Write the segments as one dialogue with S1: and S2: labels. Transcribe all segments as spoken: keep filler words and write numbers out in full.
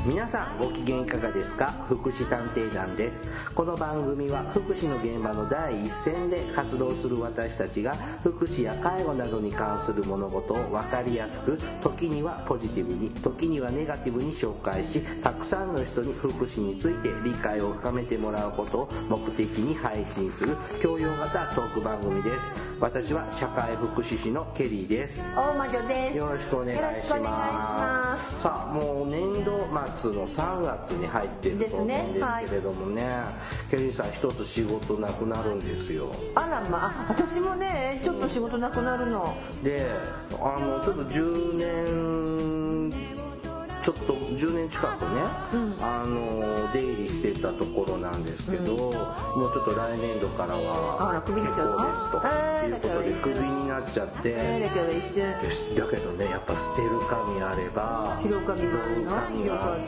S1: 皆さんご機嫌いかがですか？福祉探偵団です。この番組は福祉の現場の第一線で活動する私たちが福祉や介護などに関する物事を分かりやすく、時にはポジティブに、時にはネガティブに紹介し、たくさんの人に福祉について理解を深めてもらうことを目的に配信する教養型トーク番組です。私は社会福祉士のケリーです。
S2: 大魔女です。
S1: よろしくお願いします。
S2: よろしくお願いします。
S1: さあ、もう年度末のさんがつに入っていると思うんですけれどもね、ね、はい、ケリーさん一つ仕事なくなるんですよ。
S2: あらまあ、私もねちょっと仕事なくなるの、
S1: うん、で、あのちょっとじゅうねんちょっとじゅうねん近くね、うん、あの出入りしてたところなんですけど、うん、もうちょっと来年度からは結構ですということでクビになっちゃって、だけどね、やっぱ捨てる神あれば
S2: 拾う神
S1: があって、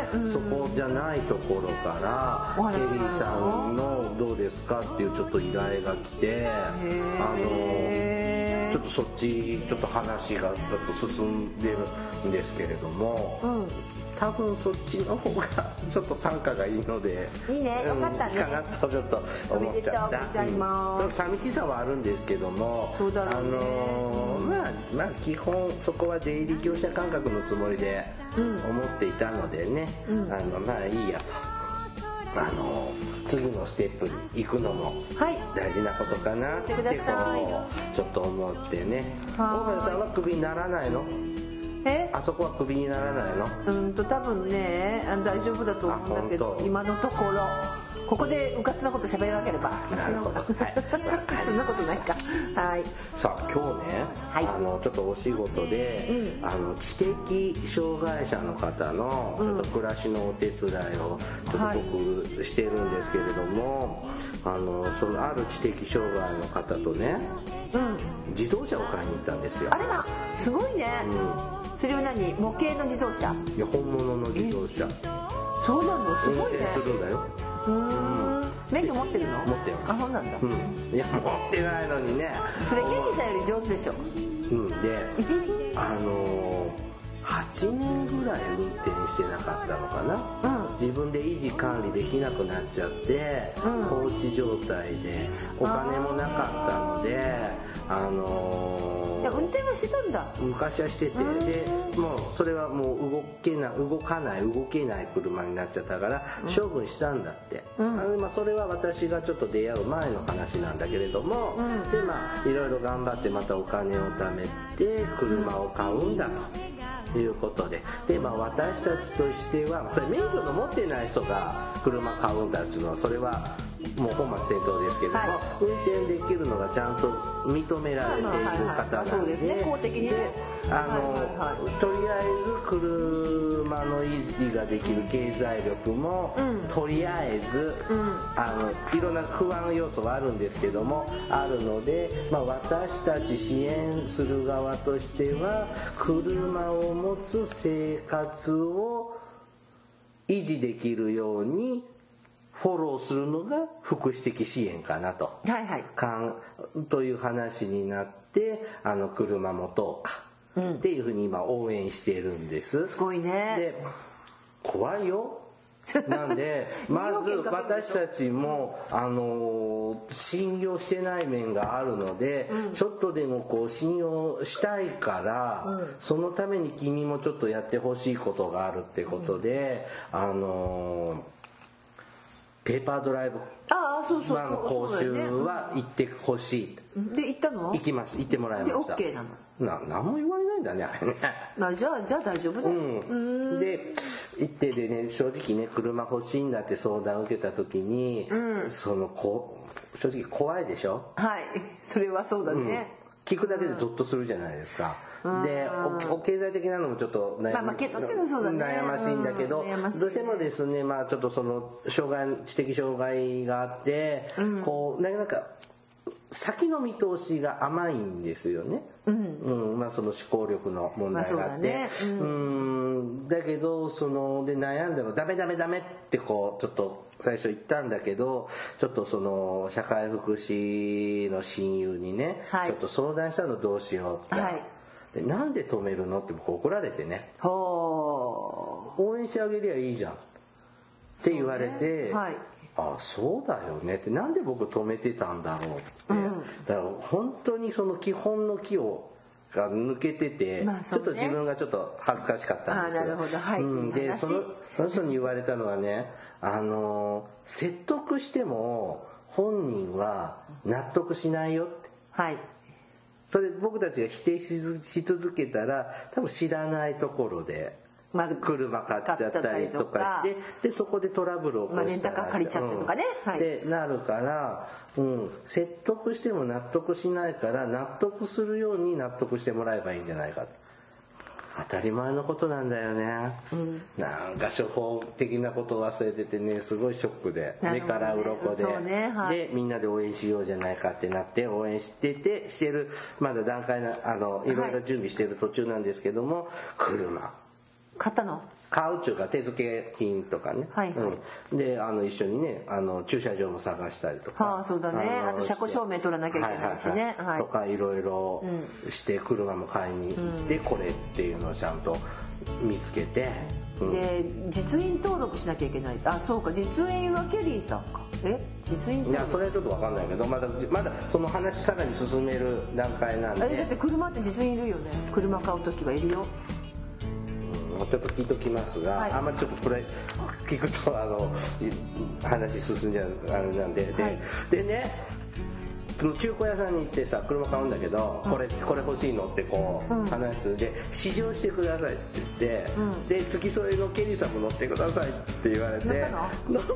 S1: うん、そこじゃないところからケリーさんのどうですかっていうちょっと依頼が来て、あのちょっとそっちちょっと話がちょっと進んでるんですけれども、うん、多分そっちの方がちょっと単価がいいので
S2: いいね、よかったね、
S1: かなとちょっと思っちゃった。うん、寂しさはあるんですけども、
S2: そうだろうね、
S1: あのー、まあまあ基本そこは出入り業者感覚のつもりで思っていたのでね、うん、あのまあいいやと。あの次のステップに行くのも大事なことかなってこうちょっと思ってね。大原さんはクビにならないの？
S2: え？
S1: あそこはクビにならないの？
S2: うんと多分ね大丈夫だと思うんだけど、今のところここでうかつなこと喋らなければ。
S1: なるほど、はい、
S2: そんなことないか。はい。
S1: さあ今日ね、はい、あのちょっとお仕事で、うん、あの知的障害者の方のちょっと暮らしのお手伝いをちょっと僕してるんですけれども、はい、あのそのある知的障害の方とね、うん、自動車を買いに行ったんですよ。
S2: あれますごいね。うん、それは何？模型の自動車？
S1: いや本物の自動車。
S2: そうなの？すごいね。
S1: 運転するんだよ。
S2: うーん、免許持ってるの？
S1: 持ってます。
S2: あ、そうなんだ。
S1: うん。いや持ってないのにね。
S2: それケリーさんより上手でしょ。
S1: うんで、あのはちねんぐらい運転してなかったのかな。うん。自分で維持管理できなくなっちゃって、うん、放置状態でお金もなかったので、あのー。
S2: いや運転はしてたんだ。
S1: 昔はしてて、でもうそれはもう動けない動かない動けない車になっちゃったから処分したんだって、うん、あのまあそれは私がちょっと出会う前の話なんだけれども、うん、でまあいろいろ頑張ってまたお金を貯めて車を買うんだということで、でまあ私たちとしてはそれ免許の持ってない人が車買うんだっていうのはそれはもう本末転倒ですけれども、はい、運転できるのがちゃんと認められている方なんで、
S2: ね、公的にね、
S1: あの、はいはいはい、とりあえず車の維持ができる経済力も、うん、とりあえず、うん、あのいろんな不安要素はあるんですけどもあるので、まあ、私たち支援する側としては車を持つ生活を維持できるようにフォローするのが福祉的支援かなと、
S2: はいはい、
S1: かんという話になってあの車持とうか、うん、っていうふうに今応援しているんです。
S2: すごいね。
S1: で怖いよ。なんでまず私たちもあの信用してない面があるので、うん、ちょっとでもこう信用したいから、うん、そのために君もちょっとやってほしいことがあるってことで、うん、あのペーパードライブマンの講習は行ってほしい。
S2: で行ったの？
S1: 行きました。行ってもらいました。
S2: で OK なの？
S1: な何も言われないんだねあれね。
S2: まあじゃあじゃあ大丈夫だ。うん。
S1: うんで行ってでね正直ね車欲しいんだって相談を受けた時に、うん、そのこ正直怖いでしょ？
S2: はい。それはそうだね。
S1: うん、聞くだけでゾッとするじゃないですか。で お, お経済的なのもちょっと悩 ま,、まあまあそうだね、悩ましいんだけど、うん、どうしてもですねまあちょっとその障害知的障害があって、うん、こうなかなか先の見通しが甘いんですよね。うん、うん、まあその思考力の問題があって、まあそうだね、うん、うんだけどそので悩んだのダメダメダメってこうちょっと最初言ったんだけど、ちょっとその社会福祉の親友にね、はい、ちょっと相談したのどうしようって。はいでなんで止めるのって僕怒られてね。
S2: ほ
S1: 応援してあげりゃいいじゃんって言われて、ね、はい、あ、そうだよねって、なんで僕止めてたんだろうって、うん、だから本当にその基本の木をが抜けてて、まあね、ちょっと自分がちょっと恥ずかしかったんですよ。あ、なるほど、はい。うん、でそのその人に言われたのはね、あの説得しても本人は納得しないよって。はい。それ僕たちが否定し続けたら多分知らないところで。まあ、車買っちゃったりとかして、でそこでトラブルを起こしたら、まあ、レンタカー借りちゃったとかね、うん、はい、でなるから、うん、説得しても納得しないから納得するように納得してもらえばいいんじゃないか。当たり前のことなんだよね、うん、なんか処方的なことを忘れててね、すごいショックで、ね、目から鱗で、ね、はい、でみんなで応援しようじゃないかってなって応援しててしてる、まだ段階のあのいろいろ準備してる途中なんですけども、はい、車
S2: 買ったの？
S1: 買うっていうか手付け金とかね、はいはい、うん、であの一緒にねあの駐車場も探したりとか、
S2: はあ、そうだね、あと車庫証明取らなきゃいけないしね、はいはいはい、
S1: とかいろいろして車も買いに行って、うん、これっていうのをちゃんと見つけて、
S2: うん、で実印登録しなきゃいけない。あ、そうか、実印はケリーさんか。え、実印登録？
S1: いやそれはちょっと分かんないけど、まだまだその話さらに進める段階なんで。
S2: え、だって車って実印いるよね。車買う時はいるよ。
S1: ちょっと聞いときますが、はい、あんまりちょっとこれ聞くとあの話進んじゃうあれなんで、で、はい、でね、その中古屋さんに行ってさ車買うんだけど、うん、これこれ欲しいのってこう、うん、話すで試乗してくださいって言って、うん、で付き添いのケリーさんも乗ってくださいって言われて乗った、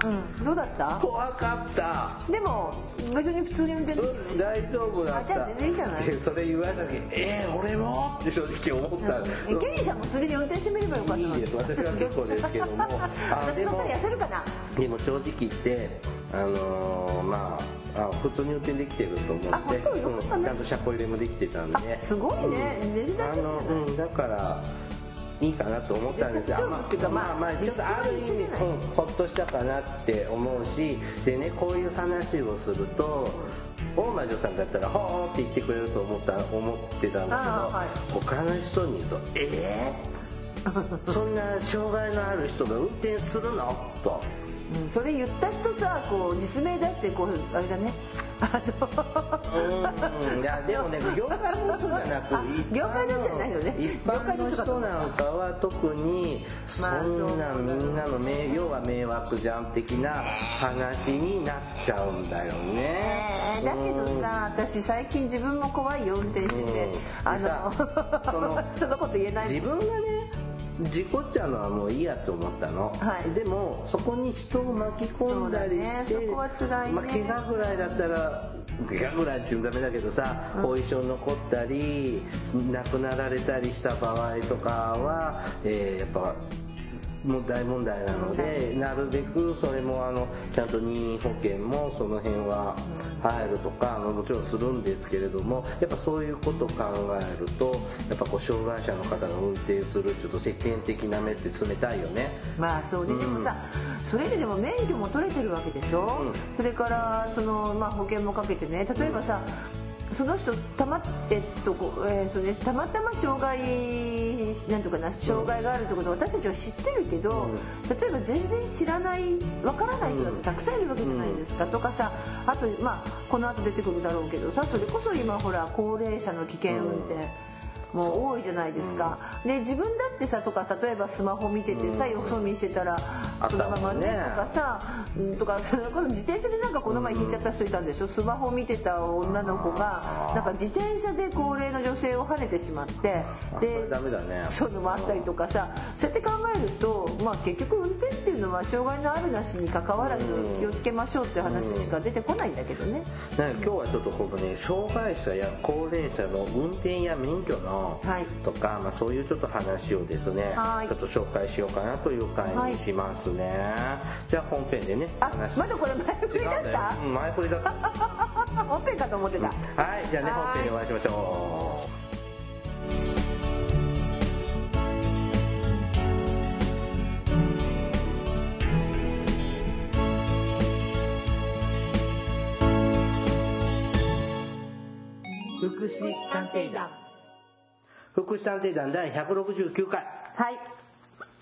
S2: うん、どうだった？
S1: 怖かった。
S2: でも別に普通に運転できるでしょ、
S1: うん、大丈夫だった。
S2: あ、じゃあ全然いいじゃない。
S1: それ言われた時えー、俺もって正直思った、
S2: うん、ケリーさんも次に運転してみればよかったの。
S1: いいです、私は結構ですけども
S2: 私乗ったら痩せるかな。
S1: でも正直言ってあのー、まああ普通に運転できてると思うんで、うん、ちゃんと車庫入れもできてたんで、
S2: すごいね、うん、全然大丈夫じゃない。
S1: うん、だからいいかなと思ったんですが、まあまあまあちょっとある意味、うん、ほっとしたかなって思うし、でねこういう話をすると大魔女さんだったらほーって言ってくれると思った思ってたんですけど、はい、他の人に言うとえー、そんな障害のある人が運転するのと。
S2: うん、それ言った人さ、こう実名出してこうあれだね。あ
S1: のうん、いやでもね業界の人じゃなく
S2: 業界の人じゃないよね。
S1: 一般の人なんかは特にそんなみんなの迷要は迷惑じゃん的な話になっちゃうんだよね。
S2: えー、だけどさ、うん、私最近自分も怖いよ運転してて、うん、あのそのそのこと言えない。
S1: 自分がね事故っちゃうのはもういいやと思ったの、はい、でもそこに人を巻き込んだりして、
S2: ね、そこは辛いね。
S1: まあ、怪我ぐらいだったら怪我ぐらいっていうのダメだけどさ、うん、後遺症残ったり亡くなられたりした場合とかは、えー、やっぱもう大問題なので、なるべくそれもあのちゃんと任意保険もその辺は入るとかもちろんするんですけれども、やっぱそういうことを考えるとやっぱこう障害者の方が運転するちょっと世間的な目って冷たいよね。
S2: まあそうね、うん、でもさそれででも免許も取れてるわけでしょ、うん、それからその、まあ、保険もかけてね、例えばさ、うん、その人たまえっとえーそうね、たまたま障害なんとかな障害があるってことを私たちは知ってるけど、うん、例えば全然知らないわからない人だってたくさんいるわけじゃないですか、うん、とかさ、あとまあこの後出てくるだろうけどさ、それこそ今ほら高齢者の危険運転、うんもう多いじゃないですか、うん、で自分だってさとか例えばスマホ見ててさ、うん、よそ見してたらそのままねとかさ、うん、とかそのこの自転車でなんかこの前引いちゃった人いたんでしょ、スマホ見てた女の子がなんか自転車で高齢の女性をはねてしまってで
S1: ダメだね、
S2: そういうのもあったりとかさ、そうやって考えると、まあ、結局運転っていうのは障害のあるなしに関わらず気をつけましょうっていう話しか出てこないんだけどね、
S1: うんうん、今日はちょっとこのね障害者や高齢者の運転や免許のはい、とか、まあ、そういうちょっと話をですね、はい、ちょっと紹介しようかなという回にしますね、はい、じゃあ本編でね
S2: あまだこれ前振りだった？
S1: うん、前振りだった
S2: 本編かと思ってた、うん、
S1: はいじゃあね本編でお会いしましょ
S2: う。福祉探偵団福
S1: 祉探偵団第ひゃくろくじゅうきゅうかい。
S2: はい。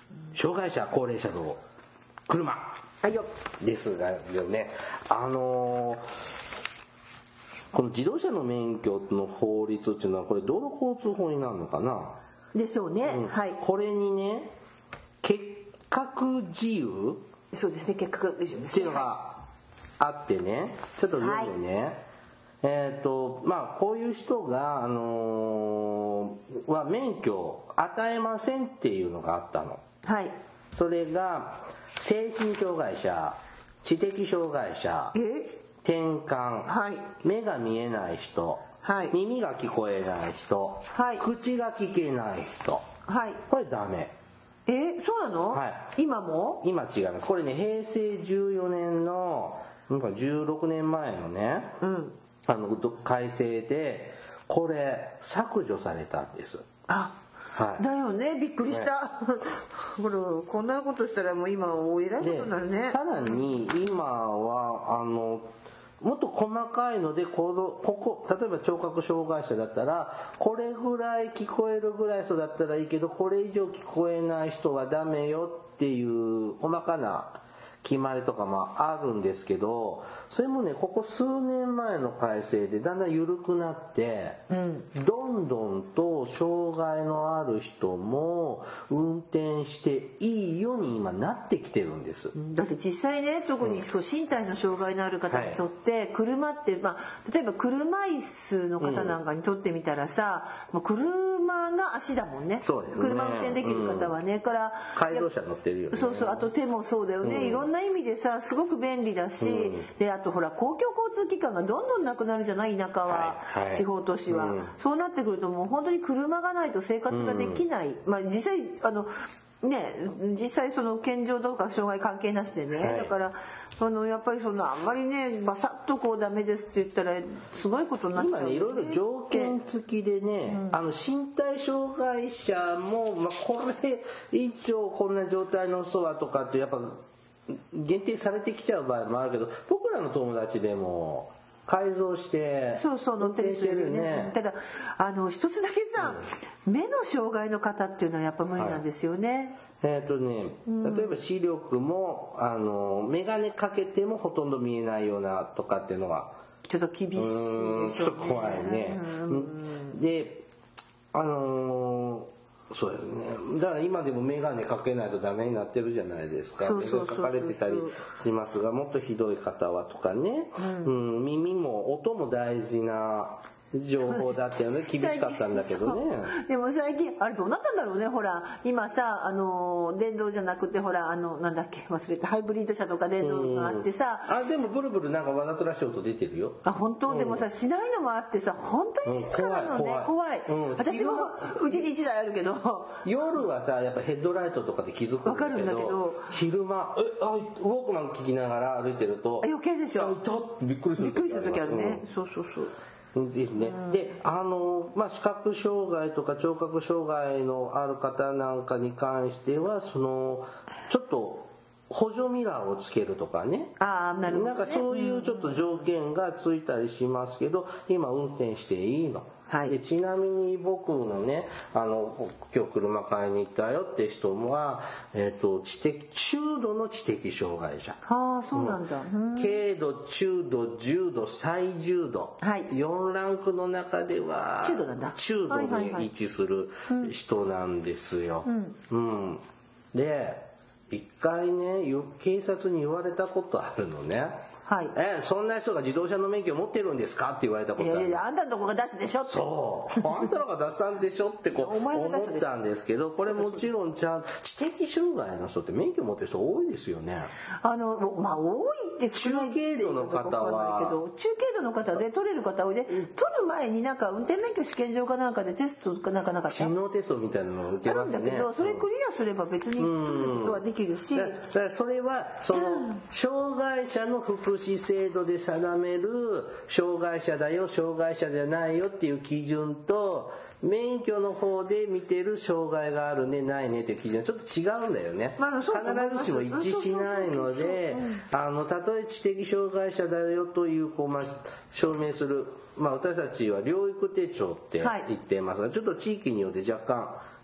S1: 障害者、高齢者の車
S2: はいよ
S1: ですがね、あのー、この自動車の免許の法律っていうのはこれ道路交通法になるのかな
S2: でしょうね、うん、はい。
S1: これにね、結核自由
S2: そうですね、結核自由ですね
S1: っていうのがあってね、ちょっと読むね、はい、えっ、ー、とまあこういう人があのー、は免許を与えませんっていうのがあったの。
S2: はい。
S1: それが精神障害者、知的障害者、転換、はい、目が見えない人、はい、耳が聞こえない人、はい、口が聞けない人、はい、これダメ。
S2: え、そうなの？はい。今も？
S1: 今違います。これね、へいせいじゅうよねんのじゅうろくねんまえのね、うん、あの改正でこれ削除されたんです。
S2: あ、はい、だよね、びっくりした。ね、ほら、こんなことしたらもう今お偉いことになるね。
S1: さらに今はあのもっと細かいので、このここ例えば聴覚障害者だったらこれぐらい聞こえるぐらい人だったらいいけど、これ以上聞こえない人はダメよっていう細かな決まりとかもあるんですけど、それもね、ここ数年前の改正でだんだん緩くなって、うん、どんどんと障害のある人も運転していいように今なってきてるんです。
S2: だって実際ね、特に身体の障害のある方にとって、はい、車って、まあ、例えば車椅子の方なんかにとってみたらさ、うん、もう車が足だもんね。
S1: そうですね。
S2: 車運転できる方はね、うん、から
S1: 改造車乗ってるよね。
S2: そうそう、あと手もそうだよね、うん、いろんな意味でさ、すごく便利だし、うん、で、あとほら公共交通機関がどんどんなくなるじゃない、田舎は、はいはい、地方都市は、うん、そうなってくるともう本当に車がないと生活ができない、うん、まあ実際あのね、実際その健常とか障害関係なしでね、はい、だからそのやっぱりそのあんまりねバサッとこうダメですって言ったらすごいことになっちゃう、
S1: 今ね、いろいろ条件付きでね、うん、あの身体障害者も、まあ、これ以上こんな状態の人はとかってやっぱ限定されてきちゃう場合もあるけど、僕らの友達でも改造して
S2: そうそう乗ってる人いるね。ただあの一つだけさ、うん、目の障害の方っていうのはやっぱ無理なんですよね。
S1: はい、えっ、ー、とね、例えば視力もあの眼鏡かけてもほとんど見えないようなとかっていうのが
S2: ちょっと厳しいでしょうね。
S1: ちょっと怖いね。で、あのーそうですね。だから今でも眼鏡かけないとダメになってるじゃないですか。眼鏡かかれてたりしますが、もっとひどい方はとかね、うん、うん、耳も音も大事な情報だっていうので厳しかったんだけどね。
S2: でも最近あれどうなったんだろうね。ほら今さ、あの電動じゃなくてほらあのなんだっけ忘れた、ハイブリッド車とか電動があってさ、
S1: あでもブルブルなんかわざとらしい音出てるよ。
S2: あ本当、うん、でもさしないのもあってさ本当に静かなのね、うん、怖い怖い、うん、私もうちにいちだいあるけど
S1: 夜はさやっぱヘッドライトとかで気づくんだけど、わかるんだけど昼間えあウォークマン聞きながら歩いてると
S2: 余計でしょ。
S1: あいたってびっくりする
S2: びっくりする時あるね、うん、そうそうそう
S1: ですね、うん、であの、まあ、視覚障害とか聴覚障害のある方なんかに関してはそのちょっと補助ミラーをつけるとかね、
S2: あーなるほどね、
S1: なんかそういうちょっと条件がついたりしますけど、今運転していいの。はい、でちなみに僕のねあの今日車買いに行ったよって人は、えー、と知的中度の知的障害者、
S2: あそうなんだ、うん、
S1: 軽度中度重度最重度、はい、よんランクの中では
S2: 中度なんだ、
S1: 中度に位置する人なんですよ、うんうん、で一回ね警察に言われたことあるのね。はい、えそんな人が自動車の免許を持ってるんですかって言われたことある。
S2: いやいやあんたのとこが出すでしょって。
S1: そうあんたのが出したんでしょってこう思ったんですけど、これもちろんちゃん知的障害の人って免許持ってる人多いですよね。
S2: あのまあ多いって
S1: 中軽度の方は
S2: 中軽度の方で取れる方で取る前になんか運転免許試験場かなんかでテストかなんかなかった
S1: 知能テストみたいなのを受けますね。
S2: あるんだけどそれクリアすれば別に取ることはできるし、だ
S1: からそれはその障害者の福祉制度で定める障害者だよ障害者じゃないよっていう基準と免許の方で見てる障害があるねないねっていう基準はちょっと違うんだよね、まあ、必ずしも一致しないので、あのたとえ知的障害者だよというこう、まあ、証明する、まあ、私たちは療育手帳って言ってますが、はい、ちょっと地域によって若干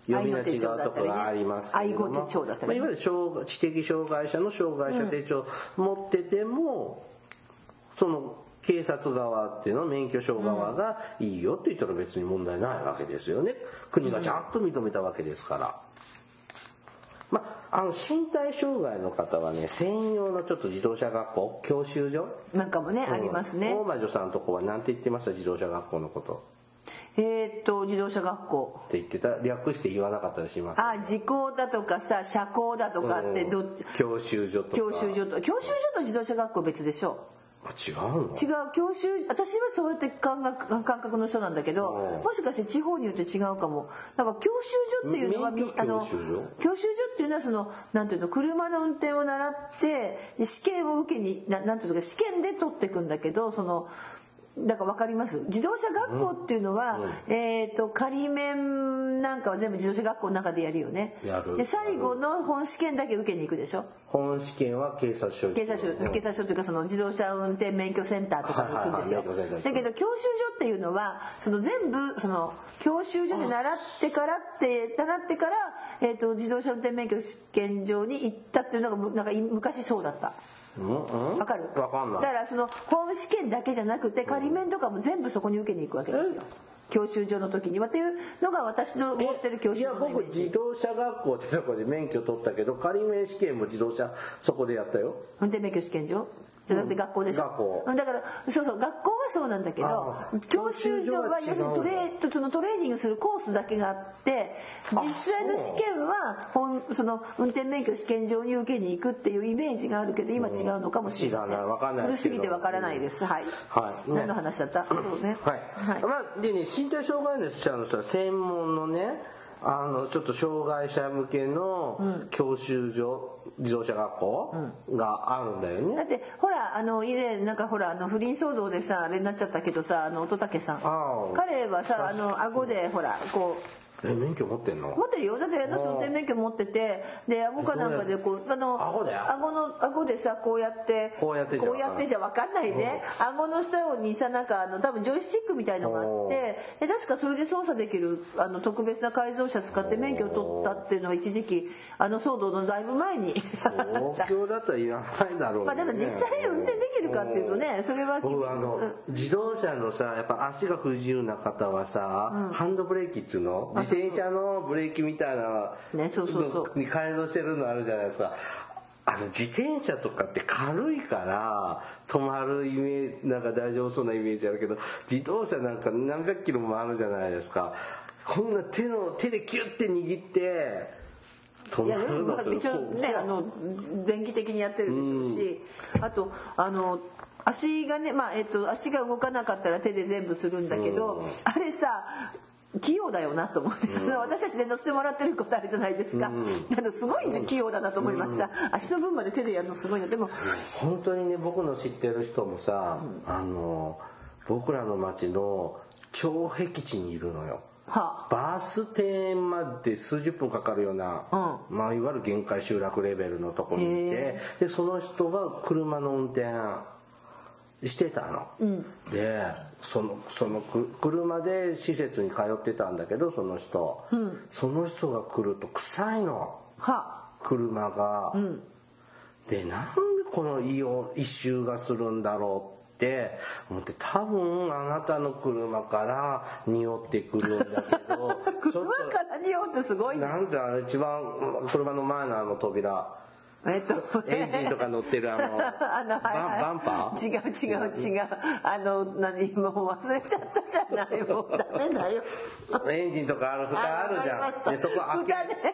S1: 読みが違うところがありますけれども、
S2: 愛護手帳だったり、ね、
S1: まあ、いわゆる障知的障害者の障害者手帳持ってても、うん、その警察側っていうの免許証側がいいよって言ったら別に問題ないわけですよね。国がちゃんと認めたわけですから。まあ、あの身体障害の方はね、専用のちょっと自動車学校教習所
S2: なんかもね、うん、ありますね。
S1: 大魔女さんとこは何て言ってました？自動車学校のこと。
S2: えー、っと自動車学校
S1: って言ってた。略して言わなかったりします、ね、
S2: あ、時効だとかさ、車高だとかってどっち、うん、
S1: 教習所とか。
S2: 教習所と教習所と自動車学校別でしょ。
S1: 違うの？
S2: 違う。教習、私はそうやって感覚、感覚の人なんだけど、もしかして地方によって違うかも。だから教習所っていうのは、あの教習所っていうのはそのなんていうの、車の運転を習って試験を受けにな、なんていうのか、試験で取っていくんだけど、そのだから分かります。自動車学校っていうのは、うん、えっと仮免なんかは全部自動車学校の中でやるよね。
S1: やる。
S2: で最後の本試験だけ受けに行くでしょ。
S1: 本試験は警察署。
S2: 警察署、警察署というかその自動車運転免許センターとかに行くんですよ。はいはいはい、だけど教習所っていうのはその全部その教習所で習ってからって習ってからえっと自動車運転免許試験場に行ったっていうのがなんか昔そうだった。
S1: うんうん、
S2: わかる？
S1: わかんない。
S2: だからその本試験だけじゃなくて仮免とかも全部そこに受けに行くわけですよ。教習所の時にはっていうのが私の持ってる教習所のイメージ。
S1: いや僕自動車学校ってとこで免許取ったけど仮免試験も自動車そこでやったよ。
S2: 運転免許試験場？じゃなくて学校でしょ、うん、学校だからそうそう学校はそうなんだけど教習所は要するにトレー、そのトレーニングするコースだけがあって実際の試験は本その運転免許試験場に受けに行くっていうイメージがあるけど今違うのかもしれません。
S1: 知らない、わかんない
S2: 古すぎてわからないです。はい、はいね、何の話だった？そうね、
S1: はい、はい、まあでね身体障害者の人は専門のねあのちょっと障害者向けの教習所、うん、自動車学校があるんだよね。
S2: だってほらあの以前なんかほらあの不倫騒動でさあれになっちゃったけどさあの乙武さん彼はさあの顎でほらこう
S1: え免許持ってんの？
S2: 持ってるよ。だってあの運転免許持っててで顎かなんかでこうあの
S1: 顎で
S2: 顎の顎でさこうやって
S1: こうやって
S2: こうやってじゃ分かんないね、うん、顎の下にさなんかあの多分ジョイスティックみたいのがあってで確かそれで操作できるあの特別な改造車使って免許を取ったっていうのは一時期あの騒動のだいぶ前に
S1: 東京だったらいらないだろうね。
S2: まあだから実際に運転できるかっていうとねそれは
S1: 僕あの、うん、自動車のさやっぱ足が不自由な方はさ、うん、ハンドブレーキっていうの自転車のブレーキみたいなのに改造してるのあるじゃないですか。あの自転車とかって軽いから止まるイメージなんか大丈夫そうなイメージあるけど自動車なんか何百キロもあるじゃないですか。こんな手の手でキュッて握って止まるのって
S2: 一応ねあの電気的にやってるでしょうし、うん、あとあの足がねまあえっと足が動かなかったら手で全部するんだけど、うん、あれさ器用だよなと思って、うん、私たちで乗せてもらってることあるじゃないですか、うん、あのすごい器用だなと思いました、うん、足の分まで手でやるのすごいの。でも
S1: 本当にね僕の知ってる人もさ、うん、あの僕らの町の超僻地にいるのよ、はあ、バス停まで数十分かかるような、うんまあ、いわゆる限界集落レベルのところにいてでその人は車の運転してたの、うん、でそのその車で施設に通ってたんだけどその人、うん、その人が来ると臭いの、は車が、うん、でなんでこの異様異臭がするんだろうって思って多分あなたの車から匂ってくるんだけど
S2: 車から匂ってすごいね。
S1: なんであれ一番車の前のあの扉えっと、エンジンとか乗ってるあのあの、はいはい、バンパー
S2: 違う違う違うあの何もう忘れちゃったじゃないもうダメだよ
S1: エンジンとかある蓋あるじゃんでそこ開け
S2: 蓋ね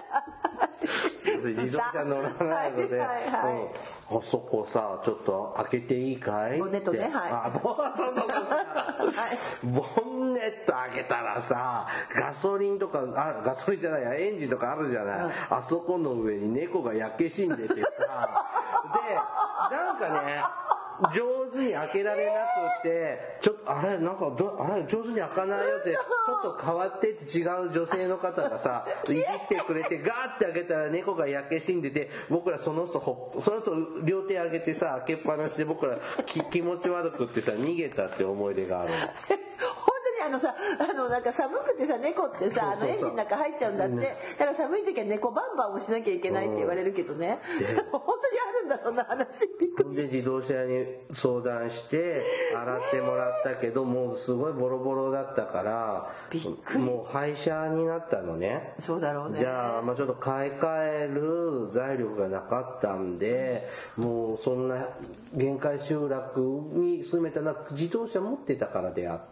S1: 自動車乗らないので、はいはいはいうん、あそこさちょっと開けていいかいってボ
S2: ンネットね、はい、
S1: あボそうそうそう、はい、ボンネット開けたらさガソリンとかあガソリンじゃないやエンジンとかあるじゃない、うん、あそこの上に猫が焼け死んでてさでなんかね上手に開けられなくてちょっとあれなんかどあれ上手に開かないよってちょっと変わってって違う女性の方がさいじってくれてガーって開けたら猫が焼け死んでて僕らその人ほその人両手上げてさ開けっぱなしで僕らき気持ち悪くってさ逃げたって思い出があるの。
S2: 本当にあのさあのなんか寒くてさ猫ってさあのエンジンの中入っちゃうんだって、ね、だから寒い時は猫バンバンをしなきゃいけないって言われるけどね、本当にあるんだそんな話。
S1: で自動車屋に相談して洗ってもらったけど、もうすごいボロボロだったからもう廃車になったのね。
S2: そうだろうね。
S1: じゃあ、まあ、ちょっと買い替える財力がなかったんで、もうそんな限界集落に住めたのは自動車持ってたからであって、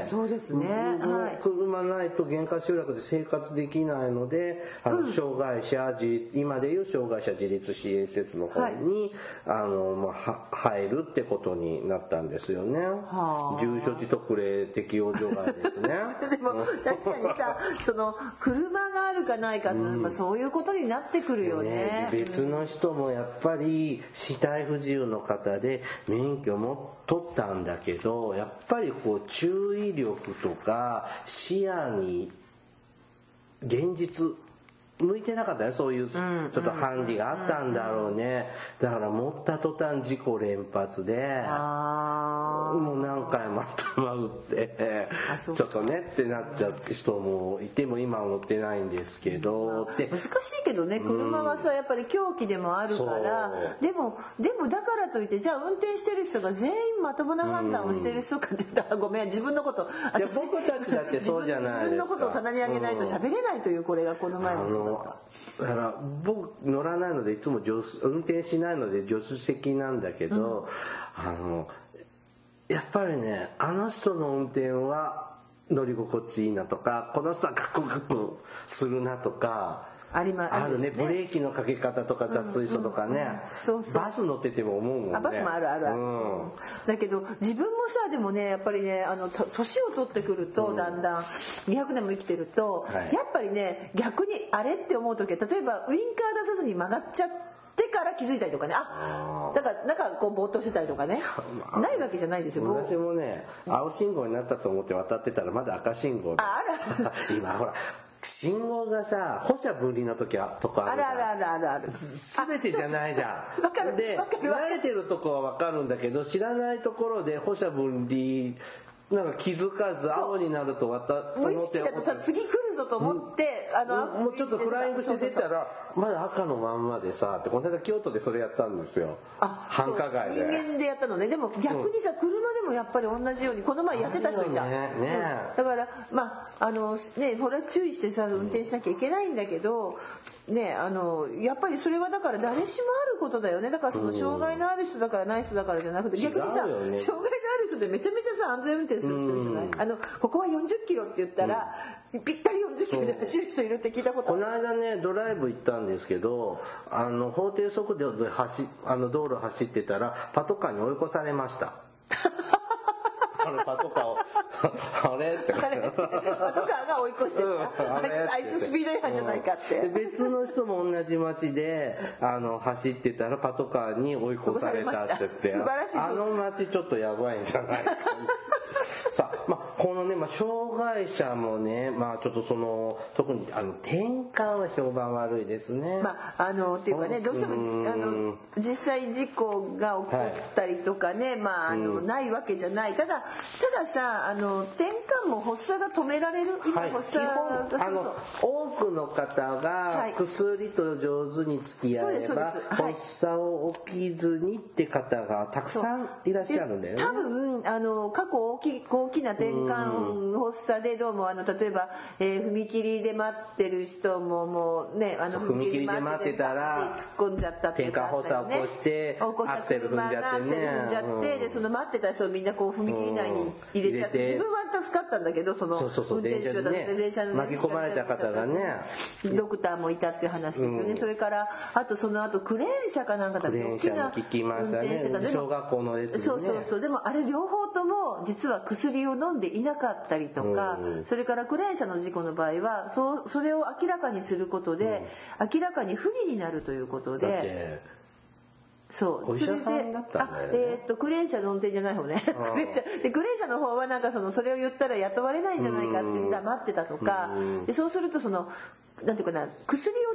S2: そうですね、はい、
S1: 車ないと限界集落で生活できないので、あの障害者、うん、今でいう障害者自立支援施設の方に、はい、あのまあ、入るってことになったんですよね。重処置特例適用除外ですね。
S2: でも確かにさその車があるかないかって、うん、まあ、そういうことになってくるよね。
S1: ね、別の人もやっぱり肢体不自由の方で免許も取ったんだけど、やっぱりこう注意力とか視野に現実向いてなかったね。そういうちょっとハンディがあったんだろうね。だから持った途端事故連発でもう何回も頭打ってちょっとねってなっちゃう人もいても今は乗ってないんですけど、
S2: 難しいけどね、車はさやっぱり凶器でもあるから、でもでもだからといってじゃあ運転してる人が全員まともな判断をしてる人かって言ったらごめん、自分のこと
S1: いや僕たちだってそうじゃないですか。
S2: 自分のことを棚に上げないと喋れないという、これがこの前の人だった。
S1: だから僕乗らないのでいつも助手運転しないので助手席なんだけど、うん、あのやっぱりね、あの人の運転は乗り心地いいなとか、この人はカッコカッコするなとか
S2: ありま
S1: あるね。ブレーキのかけ方とか雑い人とかね、バス乗ってても思うもんね。
S2: あ、バスもあるあるある、うん、だけど自分もさでもねやっぱりねあの年を取ってくると、だんだんにひゃくねんも生きてると、はい、やっぱりね逆にあれって思う時は、例えばウインカー出さずに曲がっちゃってから気づいたりとかね、あだからなんかこうぼーっとしてたりとかね、ないわけじゃないですよ。
S1: 私もね青信号になったと思って渡ってたらまだ赤信号で、
S2: ああら
S1: 今ほら信号がさ歩車分離の時はとか
S2: あるあるあるあるある
S1: 全てじゃないじゃん。
S2: わかる
S1: で慣れてるとこは分かるんだけど、知らないところで歩車分離なんか気づかず青になると渡って
S2: 無意識だとさ次来るぞと思って、
S1: うん、あのもうちょっとフライングして出たらまだ赤のまんまでさって、この間京都でそれやったんですよ。
S2: あ、
S1: 繁華街で
S2: 人間でやったのね。でも逆にさ、うん、車でもやっぱり同じようにこの前やってた人いた、
S1: ねね、
S2: うん、だからまああのねこれは注意してさ運転しなきゃいけないんだけど、ねあのやっぱりそれはだから誰しもあることだよね。だからその障害のある人だからない人だからじゃなくて、逆にさ、ね、障害のある人でめちゃめちゃさ安全運転する人いるじゃない、うん、あのここはよんじゅっキロって言ったら、うん、ぴったりよんじゅっキロで走る人いるって聞いたことある。
S1: この間ねドライブ行ったんですけど、あの法定速度で走あの道路走ってたらパトカーに追い越されましたあのパトカーをあれって
S2: パトカーが追い越してる、うん、あ, あいつスピード違反じゃないかって、
S1: うん、別の人も同じ街であの走ってたらパトカーに追い越されたって言って
S2: 素晴らしい。
S1: あの街ちょっとやばいんじゃないかさあ、まあ、このね、まあ、障害者もね、まあ、ちょっとその特にあの転換は評判悪いですね。
S2: まああのっていうかね、どうしてもあの実際事故が起こったりとかね、はい、まああの、うん、ないわけじゃない。ただたださあの転換も発作が止められる。今発作が、
S1: はい、あの多くの方が薬と上手に付き合えば、はい、発作を起きずにって方がたくさんいらっしゃるんだよね。
S2: 多分あの過去大き大きな転換発作でどうもあの例えば、えー、踏切で待ってる人ももうねあの
S1: 踏切で待ってたら
S2: 突っ込んじゃったって
S1: 転換発作を起こしてアクセル踏んじゃってね、
S2: 踏んじゃって、でその待ってた人をみんなこう踏切内に入れちゃって、自分は助かったんだけどその運転手だって電車に
S1: 巻き込まれた方がね、
S2: ドクターもいたっていう話ですよね、うん、それからあとその後クレーン車かなんかだって大きな
S1: 聞きましたね、小学校の列にね。
S2: そうそうそう。でもあれ両方とも実は薬を飲んでいなかったりとか、うん、それからクレーン車の事故の場合はそ, それを明らかにすることで、うん、明らかに不利になるということで、そう
S1: お医者さんだったんだよね。
S2: えー、っとクレーン車の運転じゃない方ね。クレーン車でクレーン車の方はなんかそのそれを言ったら雇われないんじゃないかっていう人が待ってたとか、うん、でそうするとそのなんていうかな薬を飲むっ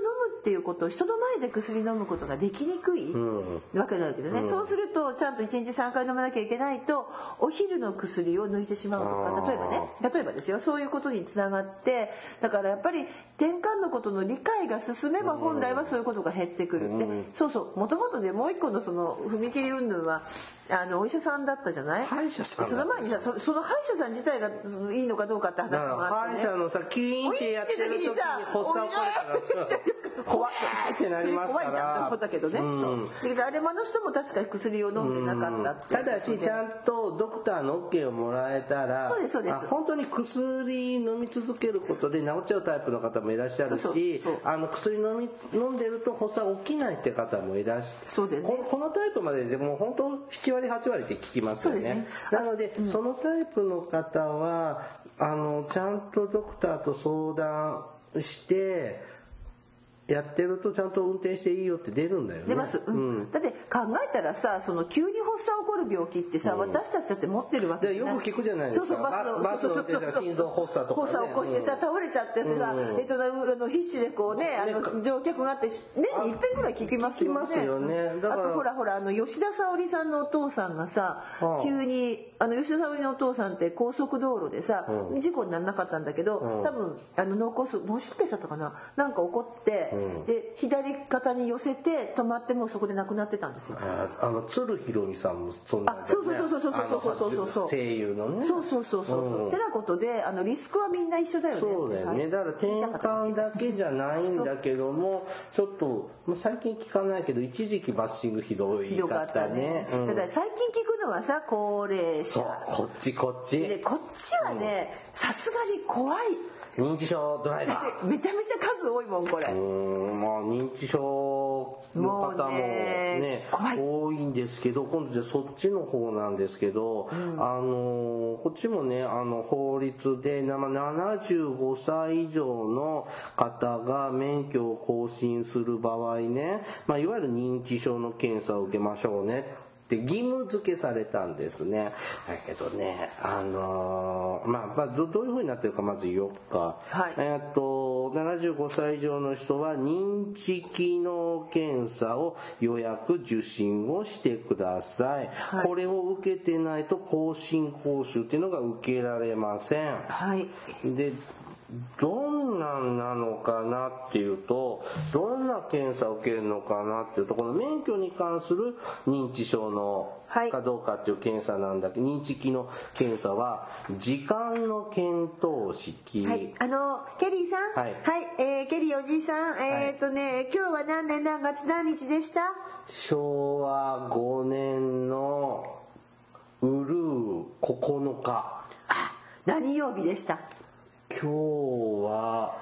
S2: っていうことを人の前で薬飲むことができにくいわけなんだけどね、うん、そうするとちゃんといちにちさんかい飲まなきゃいけないとお昼の薬を抜いてしまうとか、例えばね例えばですよ、そういうことにつながって、だからやっぱり転換のことの理解が進めば本来はそういうことが減ってくる、うん、でそうそうもともとねもう一個のその踏切云々はあのお医者さんだったじゃない。
S1: 歯医者さん
S2: その前にさ そ, その歯医者さん自体がいいのかどうかって話もあってね、
S1: 歯医者のさキュイーンってやってる時に発作されたら怖いってなりますから、
S2: 怖いじゃんって思ったけどね、うん、そうだあれもあの人も確かに薬を飲んでなかったって、
S1: うん、ただしちゃんとドクターの OK をもらえたら、
S2: そうですそうです、
S1: 本当に薬飲み続けることで治っちゃうタイプの方もいらっしゃるし、そうそうそう、あの薬飲み飲んでると発作起きないって方もいらっしゃる、
S2: そうです、ね、
S1: こ, このタイプまででも本当ななわりはちわりって聞きますよ ね, ねなので、うん、そのタイプの方はあのちゃんとドクターと相談してやってるとちゃんと運転していいよって出るんだよね。
S2: 出ます、うんうん、だって考えたらさ、その急に発作起こる病気ってさ、うん、私たちだって持ってるわけ
S1: でよく聞くじゃないですか。
S2: そうそう、バスのバスの運転者心臓発作とか、ね、発作起こしてさ、うん、倒れちゃってさ、うん、えっとあの必死でこうね、あの乗客があって年に一遍ぐらい聞きますよね。
S1: 聞きますよね。だから
S2: あとほらほらあの吉田沙保里さんのお父さんがさ、はあ、急にあの吉田沙保里のお父さんって高速道路でさ、うん、事故にならなかったんだけど、うん、多分あの脳梗塞脳出血だったかな、なんか起こって、うん、で左左肩に寄せて止まってもうそこで亡くなってたんですよ。
S1: あの鶴ひろみさんもそんな、ね、
S2: あ、そうそうそうそうそうそうそうそう
S1: 声優のね。
S2: そうそうそうそう。うん、ってなことであのリスクはみんな一緒だよね。
S1: そうだよね。だから転換だけじゃないんだけども、ちょっと最近聞かないけど一時期バッシングひどい
S2: ひどかったね。うん、ただ最近聞くのはさ高齢者。
S1: そうこっちこっち。
S2: でこっちはねさすがに怖い。
S1: 認知症ドライバ
S2: ーめちゃめちゃ数多いもんこれ。
S1: うん、まあ認知症の方もね多いんですけど、今度でそっちの方なんですけど、うん、あのこっちもねあの法律でななじゅうごさい以上の方が免許を更新する場合ね、まあいわゆる認知症の検査を受けましょうねで義務付けされたんですね。だけどね、あのー、まあ、まあど、どういう風になってるかまず言おうか。はい、えっと、ななじゅうごさい以上の人は認知機能検査を予約受診をしてください。はい、これを受けてないと更新講習っていうのが受けられません。はい。で、どんなんなのかなっていうと、どんな検査を受けるのかなっていうと、この免許に関する認知症のかどうかっていう検査なんだけど、認知機能検査は時間の検討式。
S2: はい、あのケリーさん、はい、はい、えー、ケリーおじいさん、えー、っとね、はい、今日は何年何月何日でした？
S1: しょうわごねんのうるうここのか。
S2: あ、何曜日でした？
S1: 今日は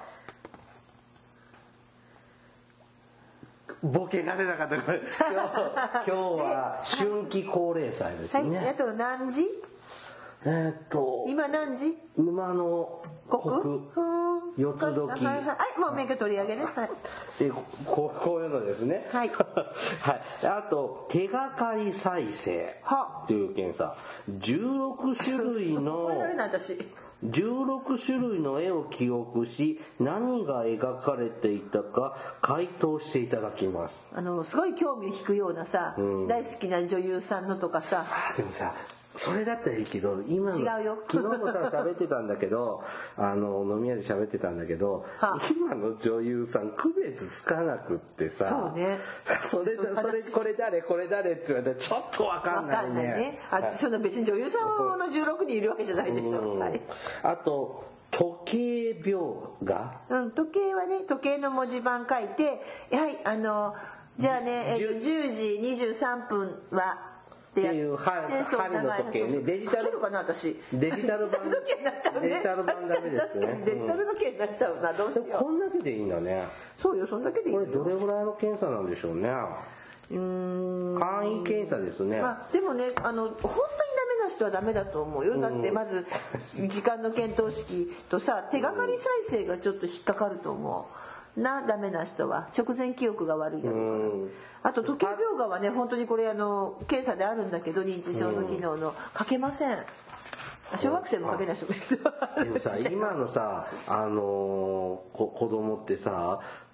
S1: ボケられなかった。今日今日は春季高齢祭ですね。
S2: はい、あと何時？
S1: えー、っと
S2: 今何時？
S1: 馬の刻四つ時。
S2: はい、はい、もう免許取り上げね。はい。
S1: でここういうのですね。はい。はい。あと手がかり再生という検査。じゅうろくしゅるいの。覚えられない私。じゅうろくしゅるいの絵を記憶し何が描かれていたか回答していただきます。
S2: あのすごい興味を引くようなさ、うん、大好きな女優さんのとかさ。
S1: あでもさそれだったらいいけど今の
S2: 違うよ
S1: 昨日もさ喋ってたんだけどあの飲み屋で喋ってたんだけど、はあ、今の女優さん区別つかなくってさ
S2: そうね
S1: それそれこれ誰これ誰って言われたらちょっとわかんないね。わかんないね。
S2: あ、はい、その別に女優さんのじゅうろくにんいるわけじゃないでしょ。うん、はい、
S1: あと時計描画、
S2: うん、時計はね時計の文字盤書いてはいあのじゃあね、えっと、じゅうじにじゅうさんぷんは
S1: っていう針の時計ね。デジタル
S2: かな私。
S1: デジタル版デジタル版ダメですね。
S2: デジタル時計になっちゃうな、どうしよう。
S1: こんだけでいいんだね。
S2: そうよ、そんだけでいい。
S1: これどれぐらいの検査なんでしょうね。うーん。簡易検査ですね。
S2: まあでもね、あの本当にダメな人はダメだと思うよ。だってまず時間の検討式とさ、手がかり再生がちょっと引っかかると思う。なダメな人は直前記憶が悪いやろうから。あと時計描画はね本当にこれあの検査であるんだけど認知症の機能の書けません。小学生も書けない人もいる。
S1: でもさ今のさあのー、子供ってさ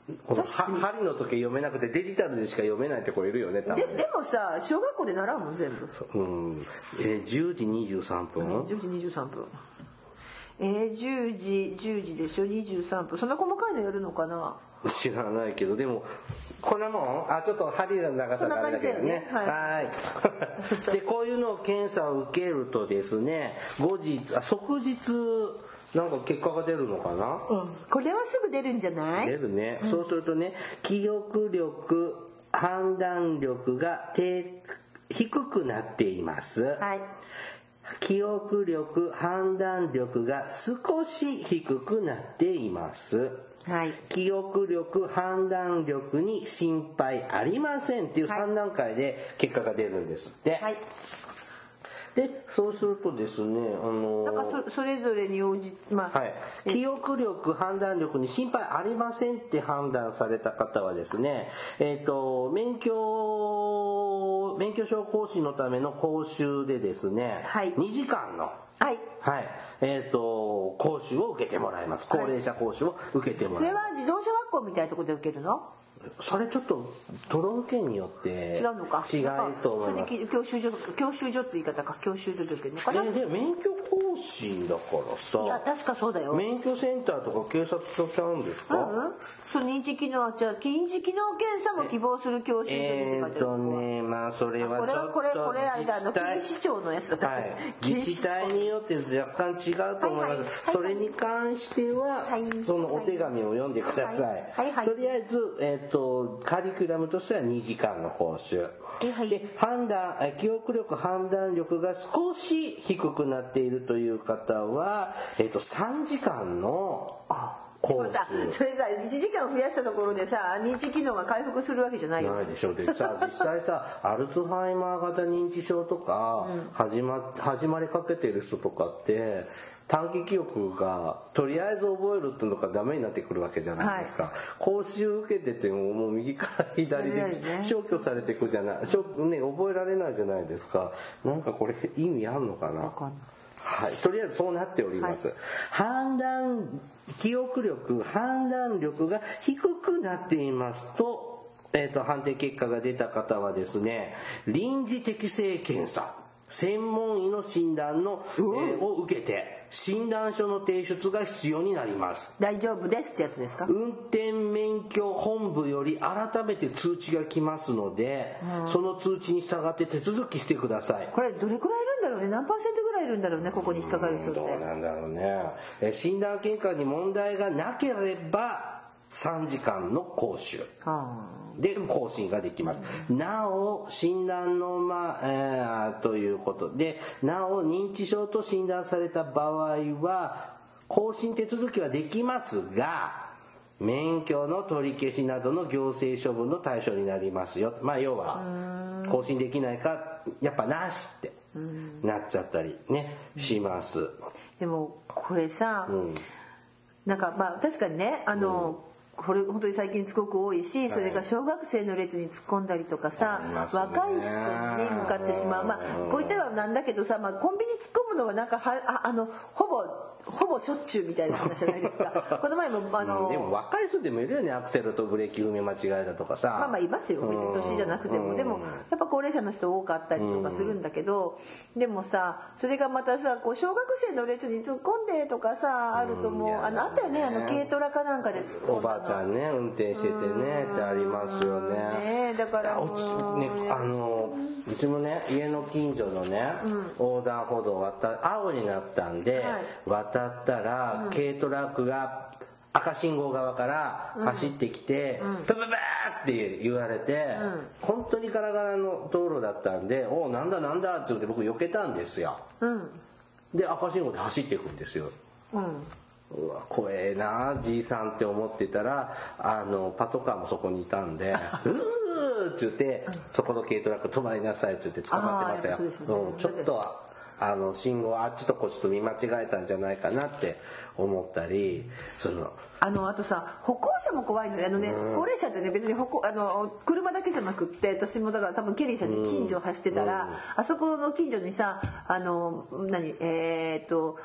S1: この針の時計読めなくてデジタルでしか読めないって子いるよね多分ね。
S2: で, でもさ小学校で習うもん全部。
S1: うん、えー、じゅうじにじゅうさんぷん、
S2: うん、じゅうじにじゅうさんぷん、えー、じゅうじじゅうじでしょ、にじゅうさんぷん、そんな細かいのやるのかな。
S1: 知らないけど、でもこんなもん、あ、ちょっと針の長さがあれだけどね。はい。はいでこういうのを検査を受けるとですね、後日あ即日なんか結果が出るのかな。
S2: うん。これはすぐ出るんじゃない？
S1: 出るね。うん、そうするとね、記憶力、判断力が低低くなっています。はい。記憶力、判断力が少し低くなっています。はい、記憶力、判断力に心配ありませんっていうさん段階で結果が出るんですって。はい、で、そうするとですね、あのー、
S2: なんか そ, それぞれに応じ、まあ、
S1: はい、記憶力、判断力に心配ありませんって判断された方はですね、えっと、免許、免許証更新のための講習でですね、はい、にじかんの、はい。はい。えっ、ー、と、講習を受けてもらいます。高齢者講習を受けてもらいます。
S2: それは自動小学校みたいなところで受けるの？
S1: それちょっと都道府県によって違うのか。違いと思います。
S2: 教習所、教習所って言い方か、教習所で受けるのかな。
S1: えー、で免許更新だからさ。
S2: いや確かそうだよ。
S1: 免許センターとか警察署ちゃうんですか？
S2: うん。そう認知機能じゃ認知機能検査も希望する教習所
S1: えー、っとねまあそれはちょっと
S2: これこれこれあれだあの警視庁のやつだった。はい。
S1: 自治体によって若干違うと思います。はいはいはい、それに関しては、はい、そのお手紙を読んでください。はいはいはい、とりあえずえー、っとカリキュラムとしてはにじかんの講習。はい、で判断記憶力判断力が少し低くなっているという方はえー、っとさんじかんの
S2: コース。それさいちじかん増やしたところでさ認知機能が回復するわけじゃないよ。
S1: ないでしょう。でさ実際さアルツハイマー型認知症とか、うん、始ま始まりかけてる人とかって短期記憶がとりあえず覚えるっていうのがダメになってくるわけじゃないですか。はい、講習受けててももう右から左で消去されていくじゃない、ね、覚えられないじゃないですか。なんかこれ意味あんのかな。わかんない。はい、とりあえずそうなっております。はい、判断記憶力判断力が低くなっていますと、えーと、判定結果が出た方はですね、臨時適性検査専門医の診断の、えー、を受けて診断書の提出が必要になります。
S2: 大丈夫ですってやつですか？
S1: 運転免許本部より改めて通知が来ますので、うん、その通知に従って手続きしてください。
S2: これどれくらいいるんだろうね。何パーセントぐらいいるんだろうね、ここに引っかかる人って。
S1: どうなんだろうね。え診断結果に問題がなければさんじかんの講習で更新ができます。なお診断のまあ、えー、ということで、なお認知症と診断された場合は更新手続きはできますが、免許の取り消しなどの行政処分の対象になりますよ。まあ要は更新できないかやっぱなしってなっちゃったりねします。
S2: でもこれさ、うん、なんかまあ確かにねあの、うんこれ本当に最近すごく多いし、それが小学生の列に突っ込んだりとかさ、はい、若い人に向かってしまう。まあこういったはなんだけどさ、まあ、コンビニ突っ込むのはなんかはああのほぼほぼしょっちゅうみたいな話じゃないですか。この前もあの、
S1: うん、でも若い人でもいるよね。アクセルとブレーキ踏み間違えだとかさ。
S2: まあまあいますよ。別に年じゃなくても、でもやっぱ高齢者の人多かったりとかするんだけど、でもさそれがまたさこう小学生の列に突っ込んでとかさあるともう、うん、あのあったよねあの軽トラかなんかで突っ込んだの。
S1: おばあちゃんね運転しててねってありますよね。
S2: ねだから
S1: うちねあのうちもね家の近所のね、うん、横断歩道を渡っ青になったんで、はい、渡ったら、うん、軽トラックが赤信号側から走ってきて、うん、ブブブーって言われて、うん、本当にガラガラの道路だったんで、おなんだなんだって言って僕避けたんですよ。うん、で赤信号で走っていくんですよ。うんうわ怖えなじいさんって思ってたらあのパトカーもそこにいたんでうーって言ってそこの軽トラック止まりなさいって言って捕まってましたよ。うん、ちょっとあの信号あっちとこっちと見間違えたんじゃないかなって思ったりその
S2: あのあとさ歩行者も怖いのよあのね、うん、高齢者ってね別に歩行あの車だけじゃなくって私もだから多分ケリーさんに近所を走ってたら、うん、あそこの近所にさあの何えー、っと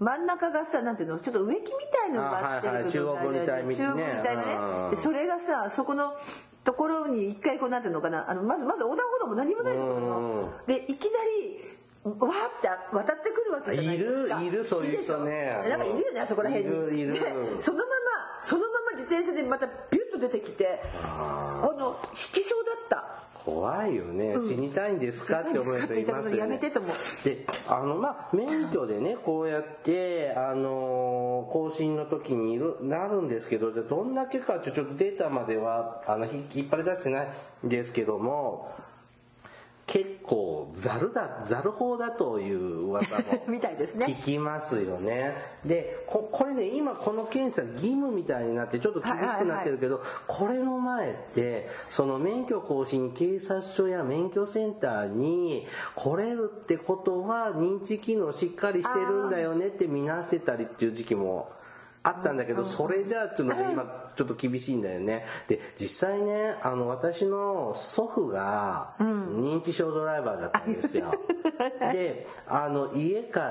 S2: 真ん中がさなんていうのちょっと植木みたいのがあってる
S1: 中央分離帯みたいなね。
S2: 中央分離帯がね。でそれがさそこのところに一回こうなんていうのかなあのまずまず横断歩道も何もないのかな。でいきなりわーって渡ってくるわけじゃないですか。
S1: いるいるそういう人ね。
S2: なんかいるよねあそこら辺に。
S1: いるいる。
S2: でそのままそのまま自転車でまたビュッと出てきてあの引きそうだった。
S1: 怖いよね、うん、死にたいんですかって思う人いますよね。
S2: やめてと思う。
S1: であのまあ免許でねこうやってあの更新の時にいるなるんですけどじゃどんだけかちょっとデータまではあの引っ張り出してないんですけども結構ザルだザル法だという噂も
S2: みたいですね。
S1: 聞きますよね。で こ, これね今この検査義務みたいになってちょっと厳しくなってるけど、はいはいはい、これの前ってその免許更新警察署や免許センターに来れるってことは認知機能しっかりしてるんだよねって見なしてたりっていう時期もあったんだけど、それじゃあっていうのが今ちょっと厳しいんだよね。で、実際ね、あの、私の祖父が認知症ドライバーだったんですよ。うん、で、あの、家から、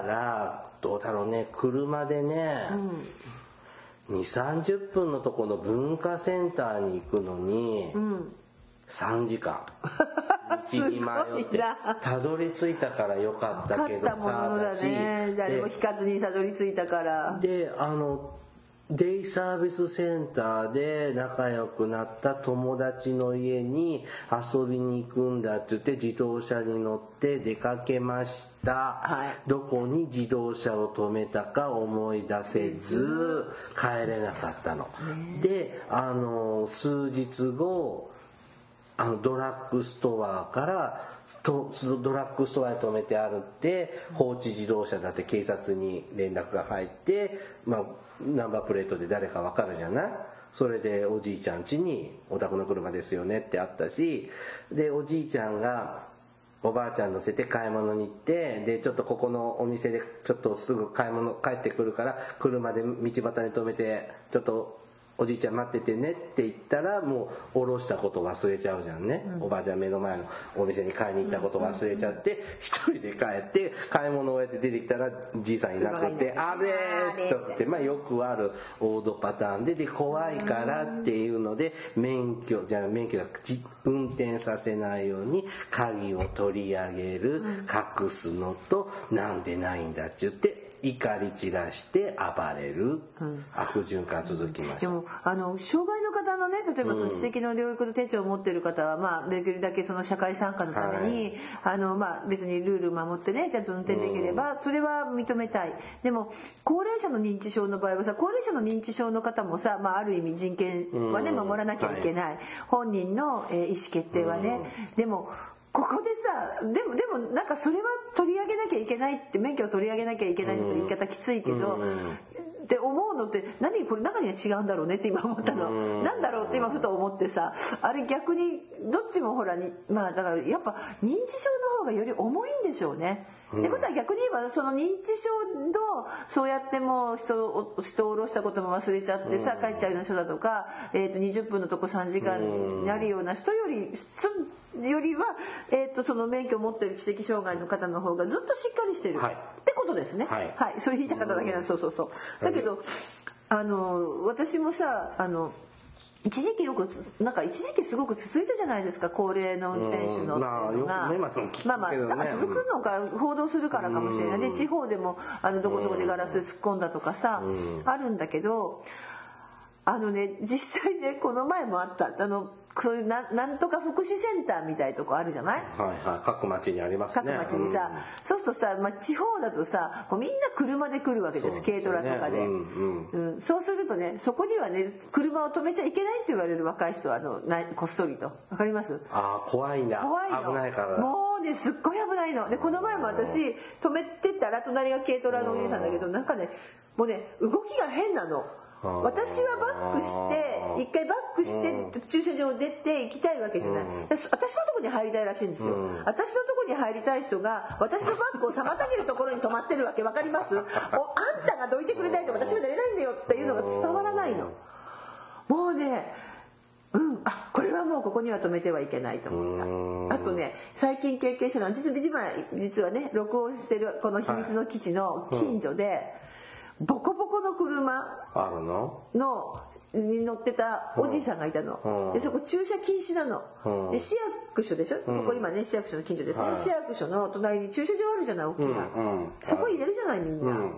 S1: どうだろうね、車でね、うん、にじゅう、さんじゅっぷんのとこの文化センターに行くのに、うん、さんじかん。道に迷ってたどり着いたからよかったけどさ、
S2: 勝ったものだね。誰も引かずにたどり着いたから。
S1: で、あの、デイサービスセンターで仲良くなった友達の家に遊びに行くんだって言って自動車に乗って出かけました、はい、どこに自動車を止めたか思い出せず帰れなかったので、あの数日後あのドラッグストアからとドラッグストアに止めてあるって放置自動車だって警察に連絡が入って、まあ、ナンバープレートで誰かわかるじゃない。それでおじいちゃん家にお宅の車ですよねってあったし、でおじいちゃんがおばあちゃん乗せて買い物に行って、でちょっとここのお店でちょっとすぐ買い物帰ってくるから車で道端に止めてちょっとおじいちゃん待っててねって言ったらもう降ろしたこと忘れちゃうじゃんね、うん、おばあちゃん目の前のお店に買いに行ったこと忘れちゃって一人で帰って買い物を終えて出てきたらじいさんいなくてあれーとって、まあよくあるオードパターンでで怖いからっていうので免許じゃ免許が運転させないように鍵を取り上げる隠すのとなんでないんだって言って怒り散らして暴れる、うん、悪循環続きました。
S2: でもあの障害の方のね例えば知的の療育の手帳を持っている方は、まあ、できるだけその社会参加のために、はい、あのまあ、別にルール守ってねちゃんと運転できれば、うん、それは認めたい。でも高齢者の認知症の場合はさ高齢者の認知症の方もさ、まあ、ある意味人権はね、うん、守らなきゃいけない、はい、本人の、えー、意思決定はね、うん、でもここでさでもでもなんかそれは取り上げなきゃいけないって免許を取り上げなきゃいけないって言い方きついけど、うん、って思うのって何これ中には違うんだろうねって今思ったの、うん、なんだろうって今ふと思ってさあれ逆にどっちもほらにまあだからやっぱ認知症の方がより重いんでしょうね。ってことは逆に言えばその認知症のそうやってもう人を人を下ろしたことも忘れちゃってさ帰っちゃうような人だとか、えー、とにじゅっぷんのとこさんじかんになるような人よりよりは、えー、とその免許を持っている知的障害の方の方がずっとしっかりしてる、はい、ってことですね。はい、はい、それ言いたかっただけなんです。そうそうそう。だけどあの私もさあの一時期よくなんか一時期すごく続いたじゃないですか高齢の運転手のっていうのが、まあまあなんか続くのか報道するからかもしれないね。地方でもあのどこどこでガラス突っ込んだとかさあるんだけどあのね実際ねこの前もあったあのそういう な, なんとか福祉センターみたいなとこあるじゃない、
S1: はいはい、各町にありますね。
S2: 各町にさ、うん、そうするとさ、まあ、地方だとさもうみんな車で来るわけです、軽トラとかで、うんうんうん、そうするとねそこにはね車を止めちゃいけないって言われる若い人はあのなこっそりとわかります？
S1: ああ怖いんだ。
S2: 怖いの。
S1: 危ないから
S2: もうねすっごい危ないのでこの前も私止めてたら隣が軽トラのお兄さんだけどなんかねもうね動きが変なの。私はバックして一回バックして駐車場を出て行きたいわけじゃない、うん、私のとこに入りたいらしいんですよ、うん、私のとこに入りたい人が私のバックを妨げるところに止まってるわけわかります？おあんたがどいてくれないと私は出れないんだよっていうのが伝わらないの。もうねうんあこれはもうここには止めてはいけないと思った。あとね最近経験したのは実は、実はね録音してるこの秘密の基地の近所で、はいボコボコの車
S1: あるの
S2: のに乗ってたおじいさんがいたの、うん、でそこ駐車禁止なの、うん、で市役所でしょ、うん、ここ今ね市役所の近所ですね、はい、市役所の隣に駐車場あるじゃない大きな、うんうん、そこ入れるじゃないみんな、うん、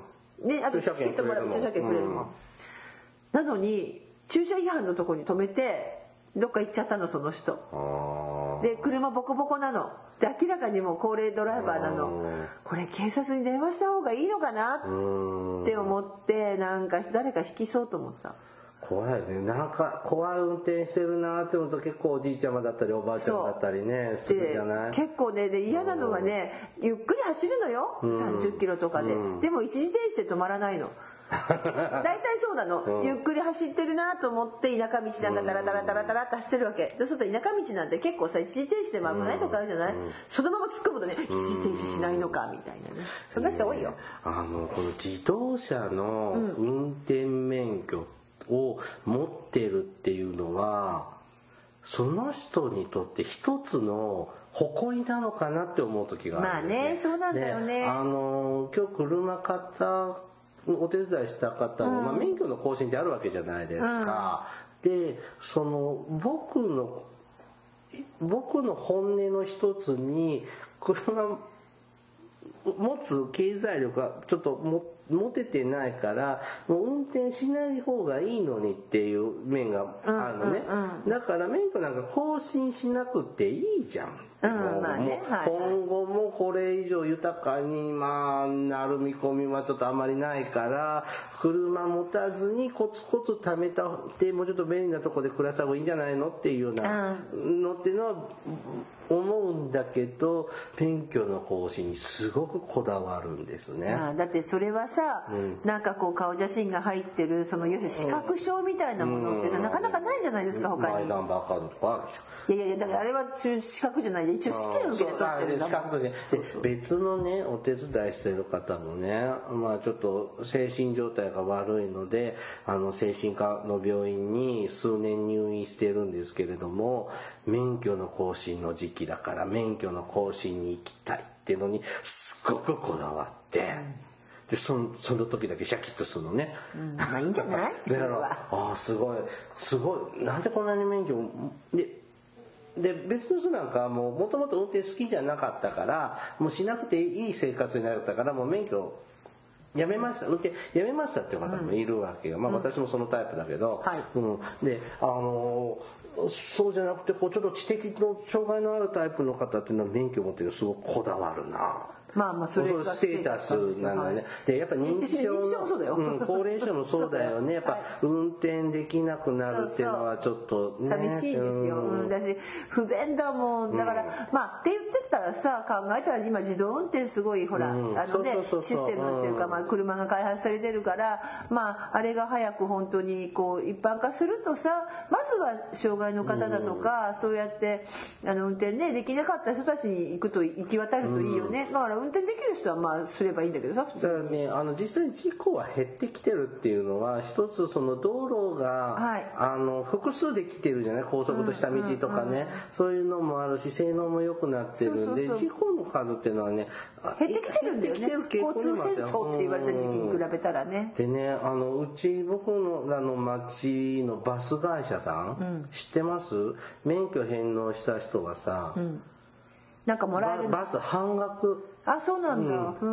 S2: ね、あとチケットもらう駐車券くれるもん、うん、なのに駐車違反のとこに止めてどっか行っちゃったのその人で、車ボコボコなので、明らかにもう高齢ドライバーなの、これ警察に電話した方がいいのかなって思って、なんか誰か引きそうと思った。
S1: 怖いね、なんか怖い運転してるなって思うと結構おじいちゃまだったりおばあちゃんだったりねするじゃない。
S2: 結構ね、で嫌なのがね、ゆっくり走るのよ、さんじゅっキロとかで、でも一時停止で止まらないの大体そうなの、うん、ゆっくり走ってるなと思って田舎道なんかダラダラダラダラって走ってるわけで、そうすると田舎道なんて結構さ一時停止でも危ないとかあるじゃない、うん、そのまま突っ込むとね、一時停止しないのかみたいなね、そんな人多いよ、
S1: あのこの自動車の運転免許を持ってるっていうのは、その人にとって一つの誇りなのかなって思う時があるんですね。
S2: まあね、そうなんだよね。
S1: あの今日車買ったお手伝いした方も、うん、まあ、免許の更新ってあるわけじゃないですか、うん、でその僕の僕の本音の一つに車持つ経済力がちょっとも持ててないからもう運転しない方がいいのにっていう面があるのね、うんうんうん、だから免許なんか更新しなくていいじゃん、うん、まあね、はい、今後もこれ以上豊かに、まあ、なる見込みはちょっとあまりないから車持たずにコツコツ貯めたってもうちょっと便利なとこで暮らした方がいいんじゃないのっていうようなのっていうのは思うんだけど、免許の更新にすごくこだわるんですね。
S2: ああ、だってそれはさ、うん、なんかこう顔写真が入ってるその要するに資格証みたいなものってさ、うん、なかなかないじゃないですか他に。
S1: マイナンバーカードとかあるでしょ。
S2: いやいやだからあれは資格じゃないで一応試験受けて取ってるんだもん。資格で
S1: 別のねお手伝いしてる方もね、まあちょっと精神状態が悪いのであの精神科の病院に数年入院してるんですけれども、免許の更新の時期だから免許の更新に行きたいっていうのにすごくこだわって、うん、で そ, その時だけシャキッとするのね、
S2: うん、まあいいんじゃない
S1: だからああすごいすごいなんでこんなに免許でで別の人なんかももともと運転好きじゃなかったからもうしなくていい生活になったからもう免許やめました運転やめましたっていう方もいるわけよ、うん、まあ私もそのタイプだけど、はい、うん、であのそうじゃなくてこうちょっと知的の障害のあるタイプの方っていうのは免許を持ってるのすごくこだわるな。
S2: まあまあそれ
S1: がステータスなんだよね、はい、でやっぱ認知症の、うん、高齢者もそうだよねやっぱ運転できなくなるっていうのはちょっとね
S2: 寂しいですよ、うん、だし不便だもんだから、うん、まあって言ってたらさ考えたら今自動運転すごいほら、うん、あのねシステムっていうか、まあ、車が開発されてるからまああれが早く本当にこう一般化するとさまずは障害の方だとか、うん、そうやってあの運転ねできなかった人たちに行くと行き渡るといいよね、うん、だから運転できる人はまあすればいいんだけどさ普通に。
S1: だからねあの実際事故は減ってきてるっていうのは一つその道路が、はい、あの複数できてるじゃない高速と下道とかね、うんうんうん、そういうのもあるし性能も良くなってるんでそうそうそう事故の数っていうのはね
S2: 減ってきてるんだよね交通戦争って言われた時期に比べたらね、
S1: うん、でねあのうち僕のらの町のバス会社さん、うん、知ってます免許返納した人はさ、うん、
S2: なんかもらえる
S1: バス半額
S2: あそうなんだ、
S1: うん、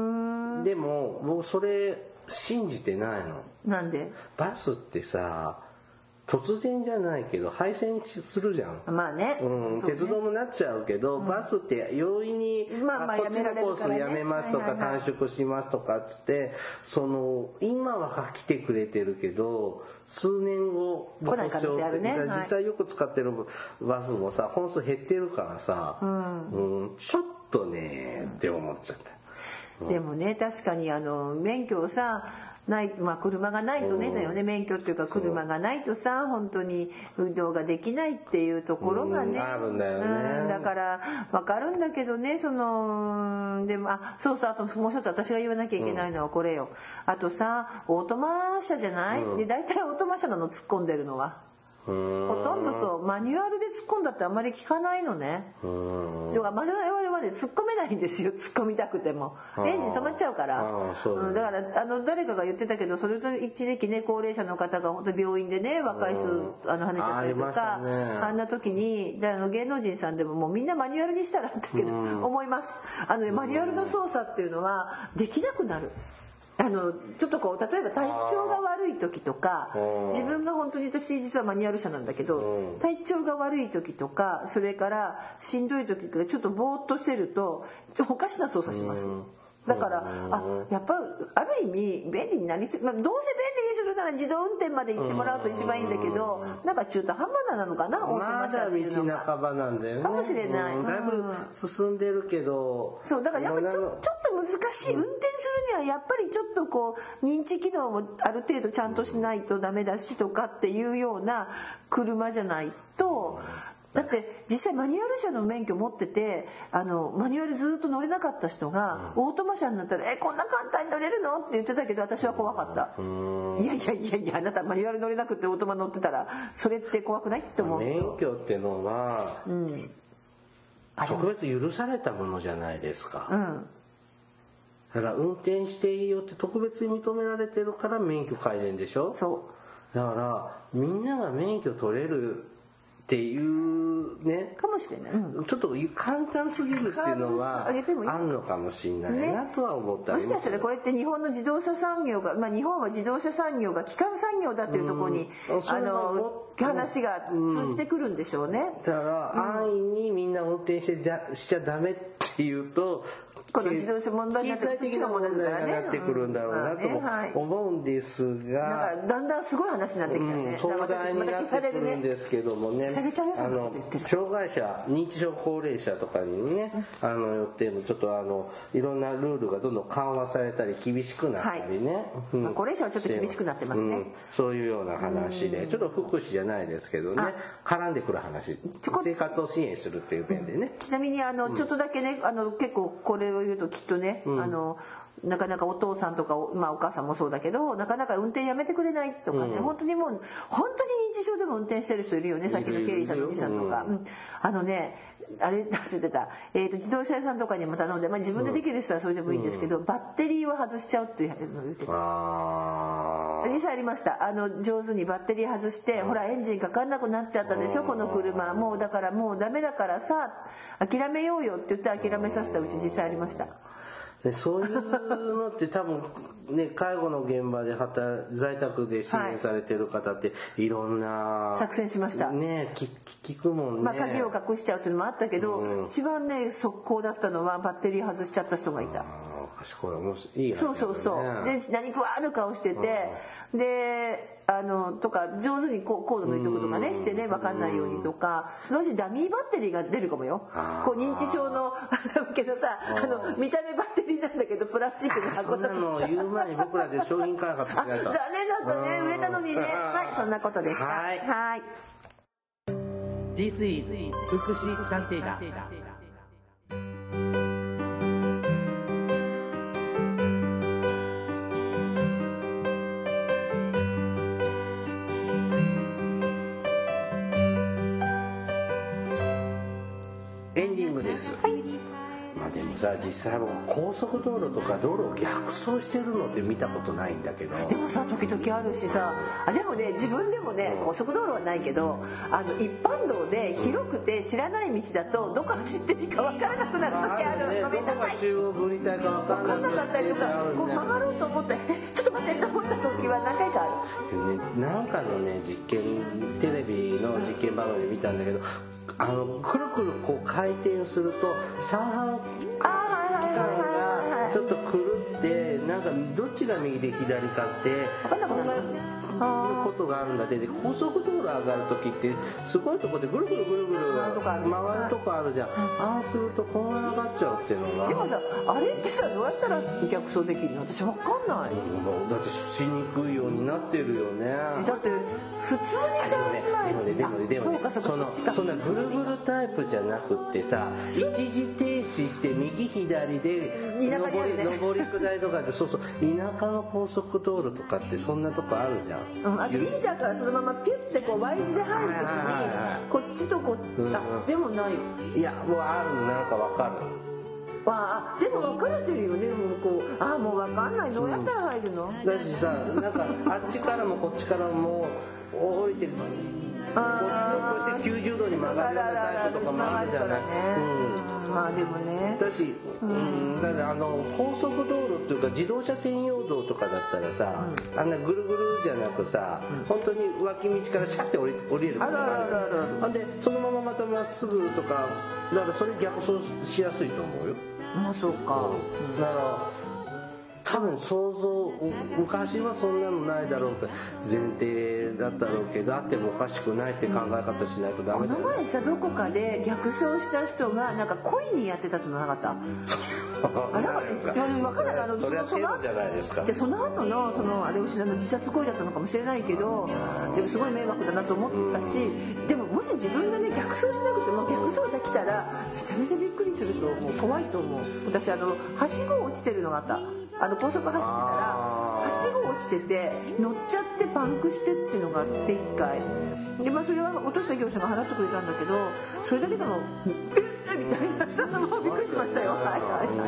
S1: うんでも僕それ信じてないの。
S2: なんで
S1: バスってさ突然じゃないけど廃線するじゃん。
S2: まあね、
S1: うん、鉄道もなっちゃうけど、うん、バスって容易に、
S2: まあまあ、
S1: こっちのコースやめますとか、短縮しますとかっつってその今は来てくれてるけど数年後
S2: 来ない可能性あるね。
S1: 実際よく使ってるバスもさ本数減ってるからさ、うんうん、ちょっとねって思っちゃった。
S2: うん、でもね確かにあの免許をさない、まあ、車がないとね、うん、だよね免許っていうか車がないとさ本当に運動ができないっていうところがね、
S1: うん、あるんだよね、
S2: うん、だから分かるんだけどねそのでもあそうそうあともう一つ私が言わなきゃいけないのはこれよ、うん、あとさオートマ車じゃない、うん、で大体オートマ車なの突っ込んでるのはほとんどそうマニュアルで突っ込んだってあんまり聞かないのね。だからマニュアルまで突っ込めないんですよ。突っ込みたくてもエンジン止まっちゃうから。うん、だからあの誰かが言ってたけど、それと一時期ね高齢者の方が本当病院でね若い人あの跳ねちゃったりとか あ,、ね、あんな時にであの芸能人さんでももうみんなマニュアルにしたらだけど思います。あの、ね、マニュアルの操作っていうのはできなくなる。あのちょっとこう例えば体調が悪い時とか、自分が本当に私実はマニュアル車なんだけど、体調が悪い時とかそれからしんどい時とかちょっとぼーっとしてるとちょっとおかしな操作します。だからあやっぱある意味便利になりすぎ、まあ、どうせ便利にするなら自動運転まで行ってもらうと一番いいんだけど、なんか中途半端なのかな、オートマ車っていうのが。
S1: まだ道半ばなんだよね。
S2: かもしれない。
S1: うん、だいぶ進んでるけど。
S2: そうだからやっぱちょちょっと難しい、運転するにはやっぱりちょっとこう認知機能もある程度ちゃんとしないとダメだしとかっていうような車じゃないと。だって実際マニュアル車の免許持っててあのマニュアルずっと乗れなかった人がオートマ車になったら「えこんな簡単に乗れるの?」って言ってたけど、私は怖かった。いやいやいやいや、あなたマニュアル乗れなくてオートマ乗ってたらそれって怖くないって思う。
S1: 免許ってのは、うん、特別許されたものじゃないですか。うん、だから運転していいよって特別に認められてるから免許改伝でしょ。そうだからみんなが免許取れるっていうね
S2: かもしれない、うん、
S1: ちょっと簡単すぎるっていうのはあるのかもしれないなとは思ったり、
S2: ね、もしかしたらこれって日本の自動車産業が、まあ、日本は自動車産業が基幹産業だっていうところに、うん、あの話が通じてくるんでしょうね、
S1: うん、だから安易にみんな運転してだしちゃダメっていうと
S2: この自動車問題になってくる、
S1: 的な問題になってくるんだろうなとも思うんですが、
S2: なんかだんだんすごい話になってきたね。
S1: 壮大になってくるんですけどもね、あの障害者、認知症高齢者とかにね、あのよってもちょっとあのいろんなルールがどんどん緩和されたり厳しくなったりね。
S2: まあ高齢者はちょっと厳しくなってますね。
S1: そういうような話で、ちょっと福祉じゃないですけどね、絡んでくる話、生活を支援するっていう面でね。
S2: ちなみにあのちょっとだけね、あの結構これを言うときっとね、うん、あのなかなかお父さんとか お,、まあ、お母さんもそうだけどなかなか運転やめてくれないとかね、うん、本当にもう本当に認知症でも運転してる人いるよね。さっきのケリーさんのおじさんとか、うん、あのねあれなんて言ってた、えーと、自動車屋さんとかにも頼んで、まあ、自分でできる人はそれでもいいんですけど、うん、バッテリーを外しちゃうっていうのを言ってた。あ実際ありました。あの上手にバッテリー外して、うん、ほらエンジンかかんなくなっちゃったでしょこの車、もうだからもうダメだからさ諦めようよって言って諦めさせたうち実際ありました。
S1: でそういうのって多分ね介護の現場で働在宅で支援されてる方っていろんな、
S2: はい、作戦しました
S1: ね聞, 聞くもんね。
S2: まあ鍵を隠しちゃうっていうのもあったけど、うん、一番ね速攻だったのはバッテリー外しちゃった人がいた。
S1: 賢い面白いいい、ね、
S2: そうそうそうで何食わぬ顔してて、うん、であのとか上手にコード抜いとくとかねしてね分かんないようにとか、そのうちダミーバッテリーが出るかもよ。こう認知症のだけどさあの見た目バッテリーなんだけどプラスチックの箱とか
S1: そんなの言う前に僕らで商品開発しないと
S2: 残念だったね売れたのにね。はいそんなことでした。
S1: はい、
S2: はい、
S3: This is 福祉探偵団。
S1: エンディングです。まあでもさ実際僕高速道路とか道路を逆走してるのって見たことないんだけど。
S2: でもさ時々あるしさあでもね自分でもね高速道路はないけどあの一般道で広くて知らない道だとどこ走っていいか分からなくなる時ある。
S1: あるね、
S2: ごめんなさい。
S1: どこが中央分離帯か分かんな
S2: 分かんなかったりとか、ね、こう曲がろうと思ってちょっと待ってと思った時は何回かある。
S1: ね、なんかのね実験テレビの実験番組で見たんだけどあのくるくるこう回転すると三半規管がちょっと狂ってなんかどっちが右で左かって
S2: 分かんなくなる
S1: ことがあるんだって。で高速道路上がる時ってすごいとこでぐるぐるぐるぐる回るとこあるじゃん。ああするとこんな上がっちゃうっていうのが。
S2: でもさあれってさどうやったら逆走できるの私分かんない。
S1: だってしにくいようになってるよね。
S2: だって普通に考え
S1: てでもねでもねでもねそのそんなぐるぐるタイプじゃなくってさ一時停止して右左で上り下りとかでそうそう、田舎の高速道路とかってそんなとこあるじゃん、
S2: うん、あとインターからそのままピュッてこう Y 字で入る時にこっちとこっち、うん、あでもないよ。
S1: いやもうあるのなんかわかる。
S2: あでも分かれてるよね。もうこうあもう分かんない、どうやったら入るの、うん、
S1: だしさ、なんかあっちからもこっちからも降りてこっちをこうしてきゅうじゅうどに曲がるようなタイプとかもあるじゃない。
S2: うん、まあでもね
S1: だし、うん、だってあの高速道路っていうか自動車専用道とかだったらさ、うん、あんなぐるぐるじゃなくさ、うん、本当に脇道からシャッて降り降りるとかある。でそのまままたまっすぐとか、だからそれ逆走しやすいと思うよ。
S2: あそうか、
S1: うん、だから多分想像、昔はそんなのないだろうけど前提だったろうけど、あってもおかしくないって考え方しないとダメだよ、ね、
S2: この前さどこかで逆走した人がなんか恋にやってたとなかったあなんか分かんない、あの
S1: それはテロじゃないですか。
S2: でその後のそのあれを知らない自殺行為だったのかもしれないけど、でもすごい迷惑だなと思ったし、でももし自分がね逆走しなくても逆走車来たらめちゃめちゃびっくりすると思う。怖いと思う。私あのはしご落ちてるのがあった。あの高速走ってたらはしご落ちてて乗っちゃってパンクしてっていうのがあっていっかいで、まあ、それは落とした業者が払ってくれたんだけど、それだけでもえっみたいな、そんなもうびっくりしましたよ。はいはいはい。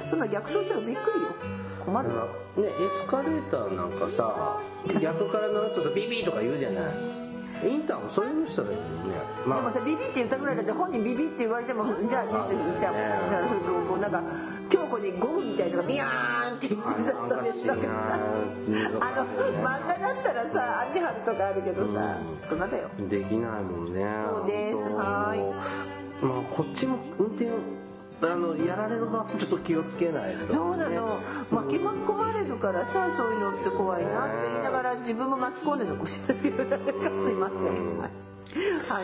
S2: そんな逆走したらびっくりよ。困る。ね
S1: エスカレーターなんかさ逆から乗るとビビーとか言うじゃない。インターもそういうのしたらいいよね。
S2: まあ、でもさビビって言ったぐらいだって本人ビビって言われてもじゃあねって言っちゃう。だからそれこうなんか京子にゴムみたいなのがビヤーンって言ってさ飛び出たけどさ、あの漫画だったらさ網張るとかあるけどさ、うん、そんなだよ。
S1: できないもんね。
S2: そうです。はい。
S1: まあこっちも運転あのやられる側もちょっと気をつけないと、ね、
S2: そうなの。巻き込まれるからさ、そういうのって怖いなって言いながら自分も巻き込んでるのかもしれないけどすいません、うん
S1: はい、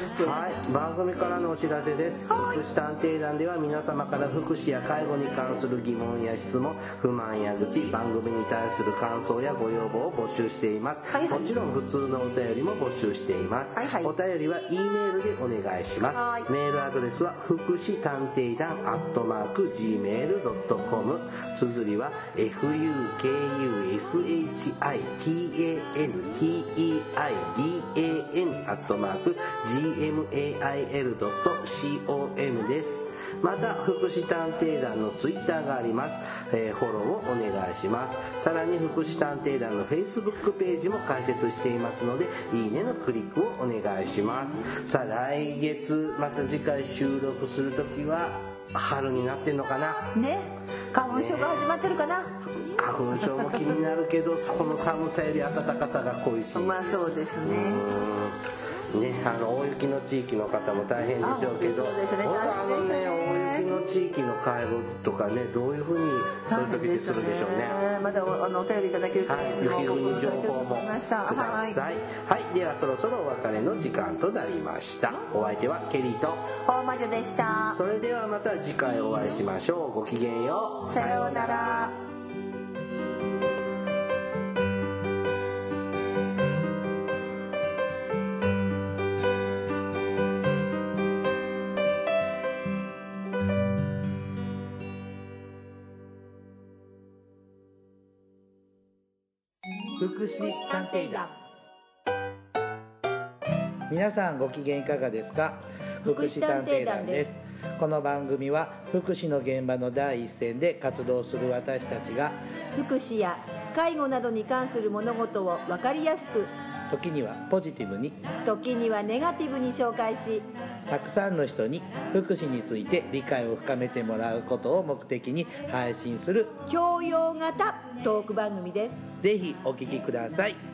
S1: 番組からのお知らせです。
S2: はい、
S1: 福祉探偵団では皆様から福祉や介護に関する疑問や質問、不満や愚痴、番組に対する感想やご要望を募集しています。はいはい、もちろん普通のお便りも募集しています。はいはい、お便りは E メールでお願いします。はい、メールアドレスは福祉探偵団アットマーク ジーメールドットコム、綴りは エフユーケーユーエスエイチアイティーエーエヌティーイーアイディーエーエヌ アットマークジーエムエーアイエルドットコム です。また福祉探偵団のツイッターがあります、えー、フォローをお願いします。さらに福祉探偵団の Facebook ページも開設していますのでいいねのクリックをお願いします。さあ来月また次回収録するときは春になってんのかな
S2: ね。花粉症が始まってるかな、ね、
S1: 花粉症も気になるけどこの寒さより暖かさが恋しい。
S2: まあそうですね。
S1: ね、あの大雪の地域の方も大変でしょうけど、
S2: そうですね、
S1: あのね、大雪の地域の介護とかね、どういうふうにそういう時でするでしょうね。
S2: まだあのお便りいただけると、はい、
S1: 雪国情報もください。はい、はい、ではそろそろお別れの時間となりました。お相手はケリーと
S2: 大魔女でした。
S1: それではまた次回お会いしましょう。ごきげんよう。
S2: さようなら。
S3: 福祉探偵団。皆さんご機嫌いかがですか。福祉探偵団です。この番組は福祉の現場の第一線で活動する私たちが
S4: 福祉や介護などに関する物事を分かりやすく、
S3: 時にはポジティブに、
S4: 時にはネガティブに紹介し、
S3: たくさんの人に福祉について理解を深めてもらうことを目的に配信する
S4: 教養型トーク番組です。
S3: ぜひお聞きください。